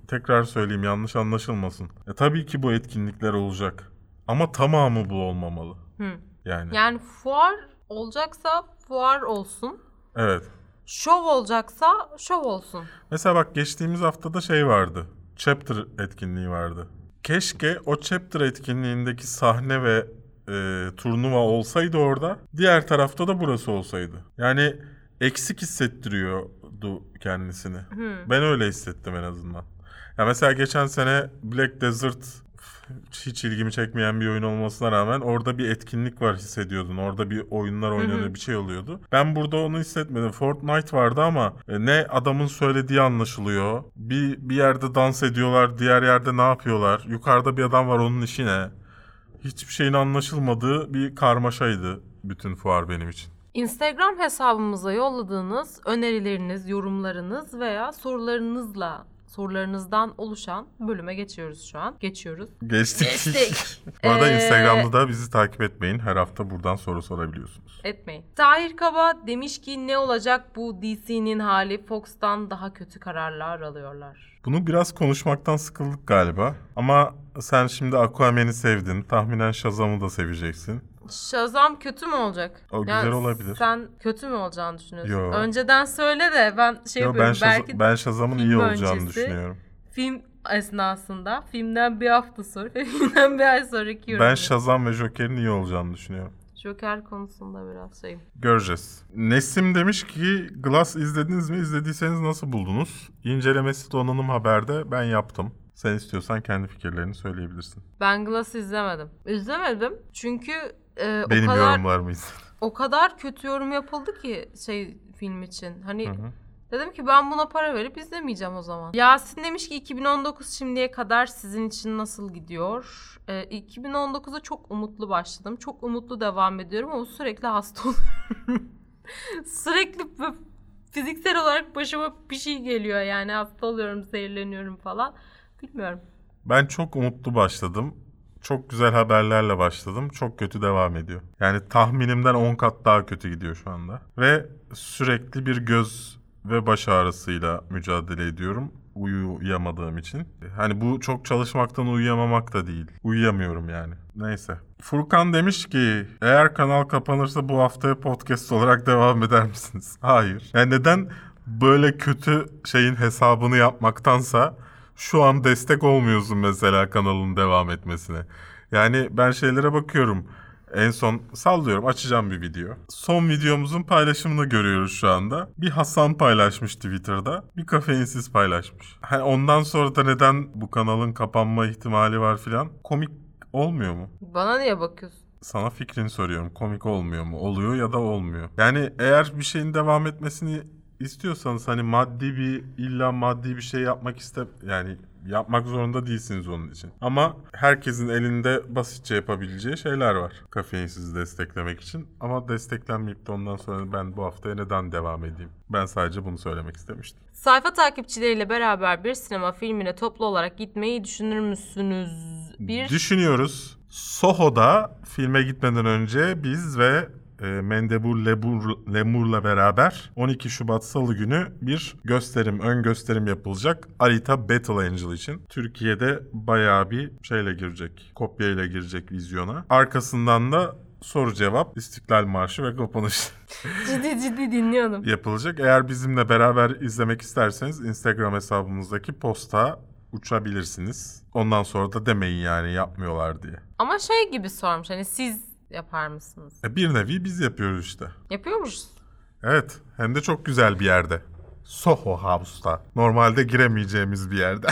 tekrar söyleyeyim yanlış anlaşılmasın. E, tabii ki bu etkinlikler olacak. Ama tamamı bu olmamalı. Hı. Yani. Yani fuar olacaksa fuar olsun. Evet. Şov olacaksa şov olsun. Mesela bak geçtiğimiz haftada şey vardı. Chapter etkinliği vardı. Keşke o Chapter etkinliğindeki sahne ve e, turnuva olsaydı orada. Diğer tarafta da burası olsaydı. Yani eksik hissettiriyordu kendisini. Hmm. Ben öyle hissettim en azından. Ya mesela geçen sene Black Desert hiç ilgimi çekmeyen bir oyun olmasına rağmen orada bir etkinlik var hissediyordun. Orada bir oyunlar oynanıyor, bir şey oluyordu. Ben burada onu hissetmedim. Fortnite vardı ama ne adamın söylediği anlaşılıyor. Bir bir yerde dans ediyorlar, diğer yerde ne yapıyorlar? Yukarıda bir adam var, onun işi ne? Hiçbir şeyin anlaşılmadığı bir karmaşaydı bütün fuar benim için. Instagram hesabımıza yolladığınız önerileriniz, yorumlarınız veya sorularınızla sorularınızdan oluşan bölüme geçiyoruz şu an. Geçiyoruz. Geçtik. Geçtik. Bu arada Ee, Instagram'da da bizi takip etmeyin. Her hafta buradan soru sorabiliyorsunuz. Etmeyin. Tahir Kaba demiş ki ne olacak bu D C'nin hali? Fox'tan daha kötü kararlar alıyorlar. Bunu biraz konuşmaktan sıkıldık galiba. Ama sen şimdi Aquaman'i sevdin. Tahminen Shazam'ı da seveceksin. Shazam kötü mü olacak? O güzel olabilir. Sen kötü mü olacağını düşünüyorsun? Yo. Önceden söyle de ben şey Yo, yapıyorum. ben, Shaz- belki ben Shazam'ın film iyi olacağını öncesi, düşünüyorum. Film esnasında, filmden bir hafta sonra ve filmden bir ay sonraki yorum. Ben Shazam ve Joker'in iyi olacağını düşünüyorum. Joker konusunda biraz şeyim. Göreceğiz. Nesim demiş ki Glass izlediniz mi? İzlediyseniz nasıl buldunuz? İncelemesi donanım haberde ben yaptım. Sen istiyorsan kendi fikirlerini söyleyebilirsin. Ben Glass'ı izlemedim. İzlemedim çünkü e, Benim o kadar yorumlarımı izledin. o kadar kötü yorum yapıldı ki şey film için. Hani Hı hı. dedim ki ben buna para verip izlemeyeceğim o zaman. Yasin demiş ki iki bin on dokuz şimdiye kadar sizin için nasıl gidiyor? Ee, iki bin on dokuza çok umutlu başladım. Çok umutlu devam ediyorum ama sürekli hasta oluyorum. Sürekli fiziksel olarak başıma bir şey geliyor yani. Hasta oluyorum, zehirleniyorum falan. Bilmiyorum. Ben çok umutlu başladım. Çok güzel haberlerle başladım. Çok kötü devam ediyor. Yani tahminimden on kat daha kötü gidiyor şu anda. Ve sürekli bir göz ve baş ağrısıyla mücadele ediyorum. Uyuyamadığım için. Hani bu çok çalışmaktan uyuyamamak da değil. Uyuyamıyorum yani. Neyse. Furkan demiş ki eğer kanal kapanırsa bu haftaya podcast olarak devam eder misiniz? Hayır. Yani neden böyle kötü şeyin hesabını yapmaktansa şu an destek olmuyorsun mesela kanalın devam etmesine. Yani ben şeylere bakıyorum. En son sallıyorum, açacağım bir video. Son videomuzun paylaşımını görüyoruz şu anda. Bir Hasan paylaşmış Twitter'da. Bir Kafeinsiz paylaşmış. Hani ondan sonra da neden bu kanalın kapanma ihtimali var filan. Komik olmuyor mu? Bana niye bakıyorsun? Sana fikrini soruyorum. Komik olmuyor mu? Oluyor ya da olmuyor. Yani eğer bir şeyin devam etmesini istiyorsanız hani maddi bir illa maddi bir şey yapmak iste yani yapmak zorunda değilsiniz onun için. Ama herkesin elinde basitçe yapabileceği şeyler var. Kafeinsiz desteklemek için. Ama desteklenmeyip de ondan sonra ben bu haftaya neden devam edeyim? Ben sadece bunu söylemek istemiştim. Sayfa takipçileriyle beraber bir sinema filmine toplu olarak gitmeyi düşünür müsünüz? Bir Düşünüyoruz. Soho'da filme gitmeden önce biz ve e, Mendebur Lebur, Lemur'la beraber on iki Şubat Salı günü bir gösterim, ön gösterim yapılacak. Alita Battle Angel için. Türkiye'de bayağı bir şeyle girecek, kopyayla girecek vizyona. Arkasından da soru cevap, İstiklal Marşı ve kapanış ciddi ciddi dinliyorum. yapılacak. Eğer bizimle beraber izlemek isterseniz Instagram hesabımızdaki posta uçabilirsiniz. Ondan sonra da demeyin yani yapmıyorlar diye. Ama şey gibi sormuş hani siz yapar mısınız? E bir nevi biz yapıyoruz işte. Yapıyormuşuz. Evet, hem de çok güzel bir yerde. Soho House'ta. Normalde giremeyeceğimiz bir yerde.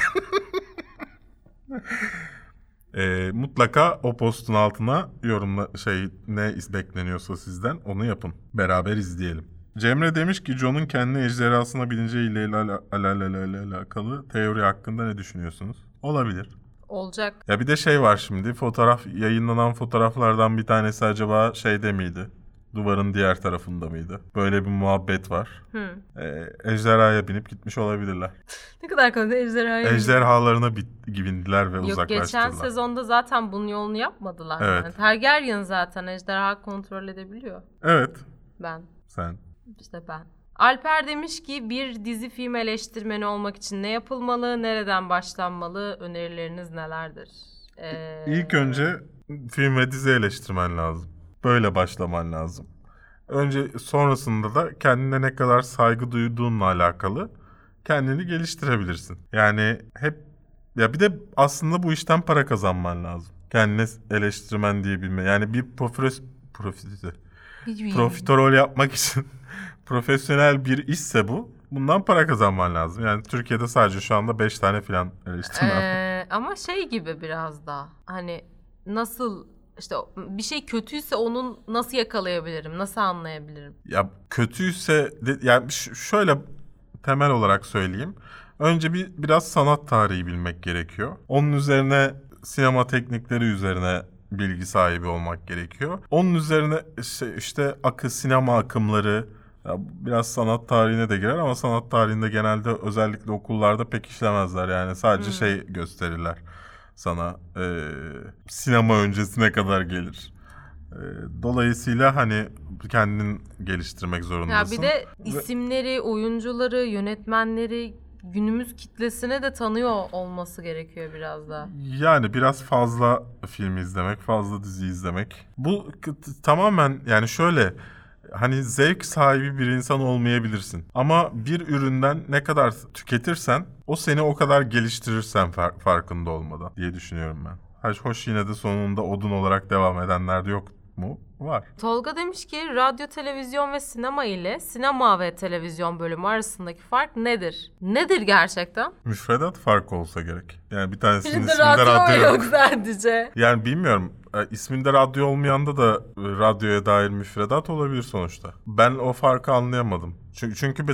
e, mutlaka o postun altına yorumla şey ne bekleniyorsa sizden onu yapın. Beraber izleyelim. Cemre demiş ki John'un kendi ejderhasına bineceğiyle alakalı teori hakkında ne düşünüyorsunuz? Olabilir. Olacak. Ya bir de şey var şimdi, fotoğraf yayınlanan fotoğraflardan bir tanesi acaba şeyde miydi? Duvarın diğer tarafında mıydı? Böyle bir muhabbet var. Hı. Ee, ejderhaya binip gitmiş olabilirler. Ne kadar konuda ejderhaya. Ejderhalarına bit- bindiler ve Yok uzaklaştırdılar. geçen sezonda zaten bunun yolunu yapmadılar. Evet. Yani. Targaryen zaten ejderha kontrol edebiliyor. Evet. Ben. Sen. İşte ben. Alper demiş ki bir dizi film eleştirmeni olmak için ne yapılmalı, nereden başlanmalı, önerileriniz nelerdir? Ee... İlk önce film ve dizi eleştirmen lazım. Böyle başlaman lazım. Önce sonrasında da kendine ne kadar saygı duyduğunla alakalı kendini geliştirebilirsin. Yani hep ya bir de aslında bu işten para kazanman lazım. Kendine eleştirmen diyebilme. Yani bir profes profesi profiterol yapmak için profesyonel bir işse bu. Bundan para kazanman lazım. Yani Türkiye'de sadece şu anda beş tane falan eleştirmen. Ee, ama şey gibi biraz da hani nasıl işte bir şey kötüyse onun nasıl yakalayabilirim, nasıl anlayabilirim? Ya kötüyse de, yani ş- şöyle temel olarak söyleyeyim. Önce bir biraz sanat tarihi bilmek gerekiyor. Onun üzerine sinema teknikleri üzerine bilgi sahibi olmak gerekiyor. Onun üzerine işte, işte akı sinema akımları ya biraz sanat tarihine de girer ama sanat tarihinde genelde özellikle okullarda pek işlemezler. Yani sadece hmm. şey gösterirler sana e, sinema öncesine kadar gelir. E, dolayısıyla hani kendini geliştirmek zorundasın. Ya bir de isimleri, oyuncuları, yönetmenleri günümüz kitlesine de tanıyor olması gerekiyor biraz da. Yani biraz fazla film izlemek, fazla dizi izlemek. Bu tamamen yani şöyle hani zevk sahibi bir insan olmayabilirsin. Ama bir üründen ne kadar tüketirsen o seni o kadar geliştirirsen far- farkında olmadan diye düşünüyorum ben. Hoş yine de sonunda odun olarak devam edenler de yok mu? Var. Tolga demiş ki radyo, televizyon ve sinema ile sinema ve televizyon bölümü arasındaki fark nedir? Nedir gerçekten? Müfredat farkı olsa gerek. Yani bir tanesinin Birinde isminde radyo, radyo yok. yok sadece. Yani bilmiyorum. E, isminde radyo olmayanda da e, radyoya dair müfredat olabilir sonuçta. Ben o farkı anlayamadım. Çünkü, çünkü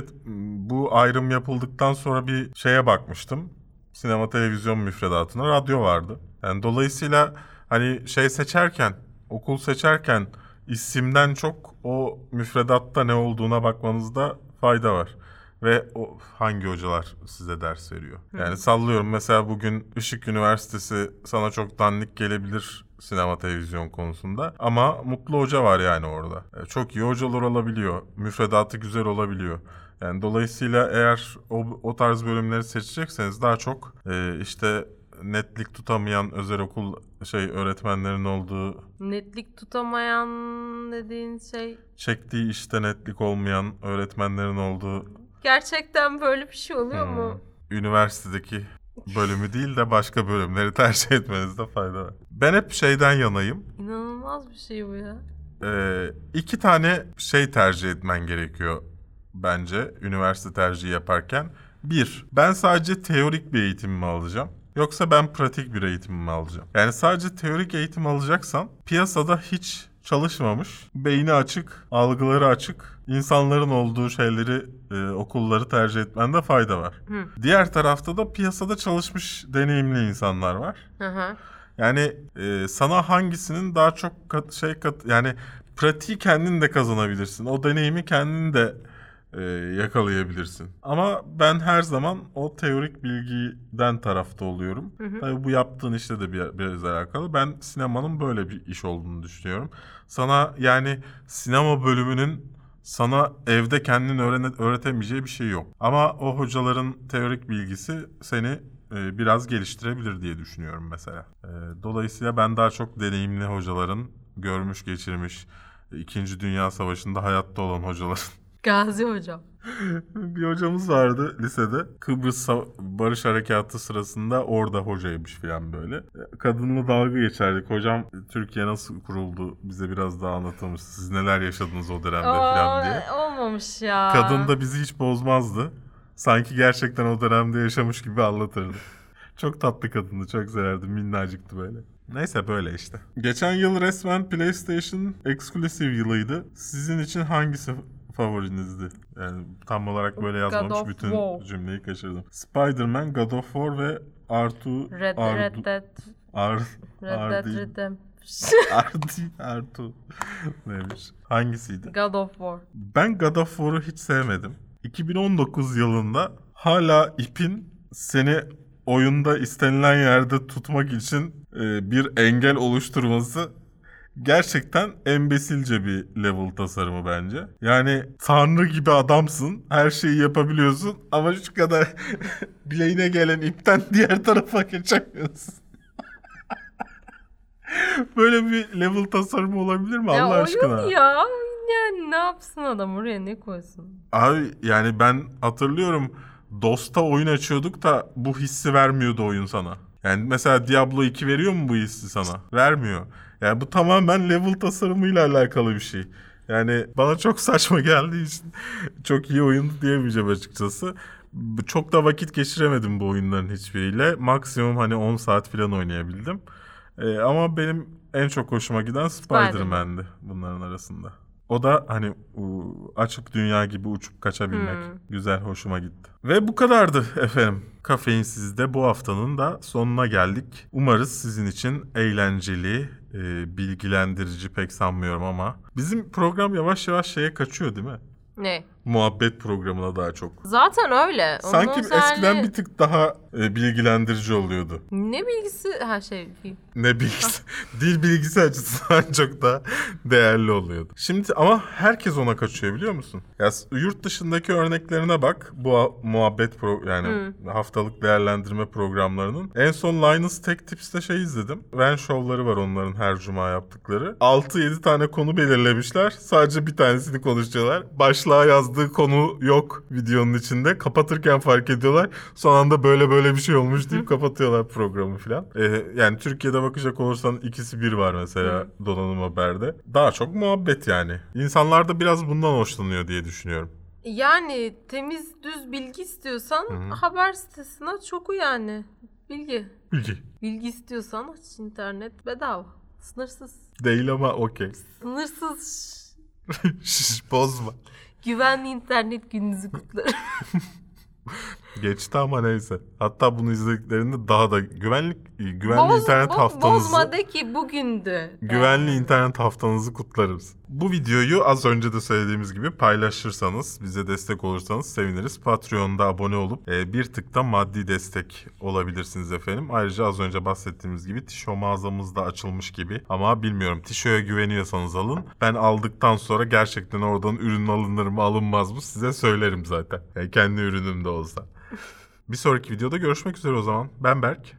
bu ayrım yapıldıktan sonra bir şeye bakmıştım. Sinema, televizyon müfredatına radyo vardı. Yani dolayısıyla hani şey seçerken, okul seçerken isimden çok o müfredatta ne olduğuna bakmanızda fayda var. Ve o hangi hocalar size ders veriyor? Yani hmm. sallıyorum mesela bugün Işık Üniversitesi sana çok dandik gelebilir sinema televizyon konusunda. Ama mutlu hoca var yani orada. Çok iyi hocalar olabiliyor. Müfredatı güzel olabiliyor. Yani dolayısıyla eğer o, o tarz bölümleri seçecekseniz daha çok e, işte netlik tutamayan özel okul şey öğretmenlerin olduğu... Netlik tutamayan dediğin şey... Çektiği işte netlik olmayan öğretmenlerin olduğu... Gerçekten böyle bir şey oluyor hmm. mu? Üniversitedeki bölümü değil de başka bölümleri tercih etmenizde fayda var. Ben hep şeyden yanayım. İnanılmaz bir şey bu ya. Ee, iki tane şey tercih etmen gerekiyor bence üniversite tercihi yaparken. Bir, ben sadece teorik bir eğitim mi alacağım? Yoksa ben pratik bir eğitim mi alacağım? Yani sadece teorik eğitim alacaksan piyasada hiç çalışmamış, beyni açık, algıları açık, insanların olduğu şeyleri, e, okulları tercih etmende fayda var. Hı. Diğer tarafta da piyasada çalışmış deneyimli insanlar var. Hı hı. Yani e, sana hangisinin daha çok kat, şey kat, yani pratiği kendin de kazanabilirsin. O deneyimi kendin de e, yakalayabilirsin. Ama ben her zaman o teorik bilgiden tarafta oluyorum. Hı hı. Tabii bu yaptığın işte de bir, biraz alakalı. Ben sinemanın böyle bir iş olduğunu düşünüyorum. Sana yani sinema bölümünün sana evde kendin öğrene, öğretemeyeceği bir şey yok. Ama o hocaların teorik bilgisi seni e, biraz geliştirebilir diye düşünüyorum mesela. E, dolayısıyla ben daha çok deneyimli hocaların, görmüş geçirmiş, İkinci Dünya Savaşı'nda hayatta olan hocaların. Gazi hocam. Bir hocamız vardı lisede. Kıbrıs Barış Harekatı sırasında orada hocaymış falan böyle. Kadınla dalga geçerdik. Hocam Türkiye nasıl kuruldu? Bize biraz daha anlatır mısınız? Siz neler yaşadınız o dönemde Oo, falan diye. Olmamış ya. Kadın da bizi hiç bozmazdı. Sanki gerçekten o dönemde yaşamış gibi anlatırdı. Çok tatlı kadındı. Çok severdim. Minnacıktı böyle. Neyse böyle işte. Geçen yıl resmen PlayStation Exclusive yılıydı. Sizin için hangisi favorinizdi? Yani tam olarak böyle yazmamış. Bütün War. Cümleyi kaçırdım. Spider-Man, God of War ve R iki Red, R, Red Dead R, Red Dead Redemption. R iki neymiş? Hangisiydi? God of War. Ben God of War'u hiç sevmedim. iki bin on dokuz yılında hala ipin seni oyunda istenilen yerde tutmak için e, bir engel oluşturması Gerçekten embesilce bir level tasarımı bence. Yani tanrı gibi adamsın. Her şeyi yapabiliyorsun. Ama şu kadar bileğine gelen ipten diğer tarafa geçemiyorsun. Böyle bir level tasarımı olabilir mi Ya Allah oyun aşkına? ya. Yani ne yapsın adam oraya ne koysun? Abi yani ben hatırlıyorum DOS'ta oyun açıyorduk da bu hissi vermiyordu oyun sana. Yani mesela Diablo iki veriyor mu bu hissi sana? Vermiyor. Yani bu tamamen level tasarımıyla alakalı bir şey. Yani bana çok saçma geldiği için çok iyi oyun diyemeyeceğim açıkçası. Çok da vakit geçiremedim bu oyunların hiçbiriyle. Maksimum hani on saat falan oynayabildim. Ee, ama benim en çok hoşuma giden Spider-Man'di bunların arasında. O da hani u- açık dünya gibi uçup kaçabilmek. Hmm. Güzel, hoşuma gitti. Ve bu kadardı efendim. Kafeinsiz'de bu haftanın da sonuna geldik. Umarız sizin için eğlenceli, e, bilgilendirici pek sanmıyorum ama. Bizim program yavaş yavaş şeye kaçıyor değil mi? Ne? Muhabbet programına daha çok. Zaten öyle. Onun Sanki özelliği- eskiden bir tık daha e, bilgilendirici oluyordu. Ne bilgisi? Ha şey film. Ne bilgisi, dil bilgisi açısından çok daha değerli oluyordu. Şimdi ama herkes ona kaçıyor biliyor musun? Ya s- yurt dışındaki örneklerine bak. Bu a- muhabbet pro yani haftalık değerlendirme programlarının. En son Linus Tech Tips'te şey izledim. Van Show'ları var onların her cuma yaptıkları. altı yedi tane konu belirlemişler. Sadece bir tanesini konuşuyorlar. Başlığa yazdığı konu yok videonun içinde. Kapatırken fark ediyorlar. Son anda böyle böyle bir şey olmuş deyip kapatıyorlar programı falan. Ee, yani Türkiye'de bakacak olursan ikisi bir var mesela Donanım Haber'de. Daha çok muhabbet yani. İnsanlar da biraz bundan hoşlanıyor diye düşünüyorum. Yani temiz düz bilgi istiyorsan haber sitesine çok u yani. Bilgi. Bilgi. Bilgi istiyorsan aç internet bedava. Sınırsız. Değil ama okey. Sınırsız. Şş, bozma. Güvenli internet gününüzü kutlarım. Geçti ama neyse. Hatta bunu izlediklerinde daha da güvenlik güvenli Boz- internet bo- haftanızı Bozma de ki bugündü. güvenli internet haftanızı kutlarız. Bu videoyu az önce de söylediğimiz gibi paylaşırsanız, bize destek olursanız seviniriz. Patreon'da abone olup e, bir tıkta maddi destek olabilirsiniz efendim. Ayrıca az önce bahsettiğimiz gibi tişo mağazamız da açılmış gibi. Ama bilmiyorum, tişoya güveniyorsanız alın. Ben aldıktan sonra gerçekten oradan ürün alınır mı alınmaz mı size söylerim zaten. Yani kendi ürünüm de olsa. Bir sonraki videoda görüşmek üzere o zaman. Ben Berk.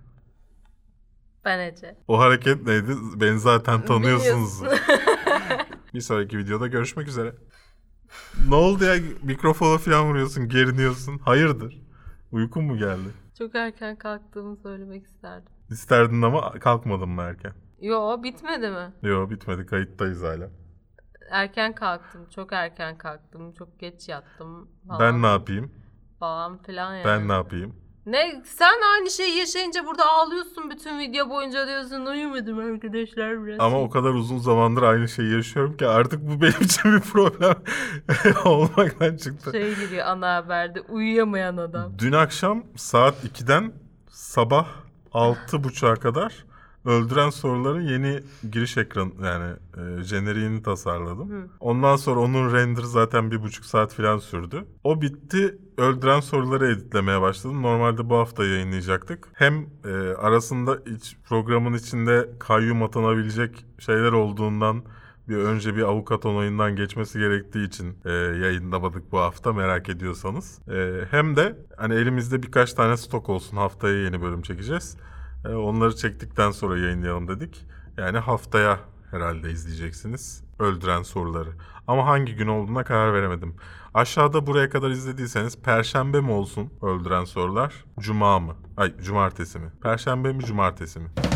Ben Ece. O hareket neydi? Beni zaten tanıyorsunuz. Biliyorsun. Bir sonraki videoda görüşmek üzere. Ne oldu ya? Mikrofona falan vuruyorsun, geriniyorsun. Hayırdır? Uykun mu geldi? Çok erken kalktığımı söylemek isterdim. İsterdin ama kalkmadın mı erken? Yo bitmedi mi? Yok bitmedi, kayıttayız hala. Erken kalktım. Çok erken kalktım. Çok geç yattım. Falan, Ben ne yapayım? Falan filan yani. Ben ne yapayım? Ne? Sen aynı şeyi yaşayınca burada ağlıyorsun bütün video boyunca diyorsun uyumadım arkadaşlar biraz. Ama o kadar uzun zamandır aynı şeyi yaşıyorum ki artık bu benim için bir problem olmaktan çıktı. Şey giriyor ana haberde uyuyamayan adam. Dün akşam saat ikiden sabah altı buçuğa kadar Öldüren Soruların yeni giriş ekranı yani e, jeneriğini tasarladım. Hı. Ondan sonra onun render zaten bir buçuk saat falan sürdü. O bitti. Öldüren Soruları editlemeye başladım. Normalde bu hafta yayınlayacaktık. Hem e, arasında iç, programın içinde kayyum atanabilecek şeyler olduğundan bir önce bir avukat onayından geçmesi gerektiği için e, yayınlamadık bu hafta merak ediyorsanız. E, hem de hani elimizde birkaç tane stok olsun, haftaya yeni bölüm çekeceğiz. E, onları çektikten sonra yayınlayalım dedik. Yani haftaya herhalde izleyeceksiniz Öldüren Soruları. Ama hangi gün olduğuna karar veremedim. Aşağıda buraya kadar izlediyseniz Perşembe mi olsun Öldüren Sorular, Cuma mı? Ay Cumartesi mi? Perşembe mi Cumartesi mi?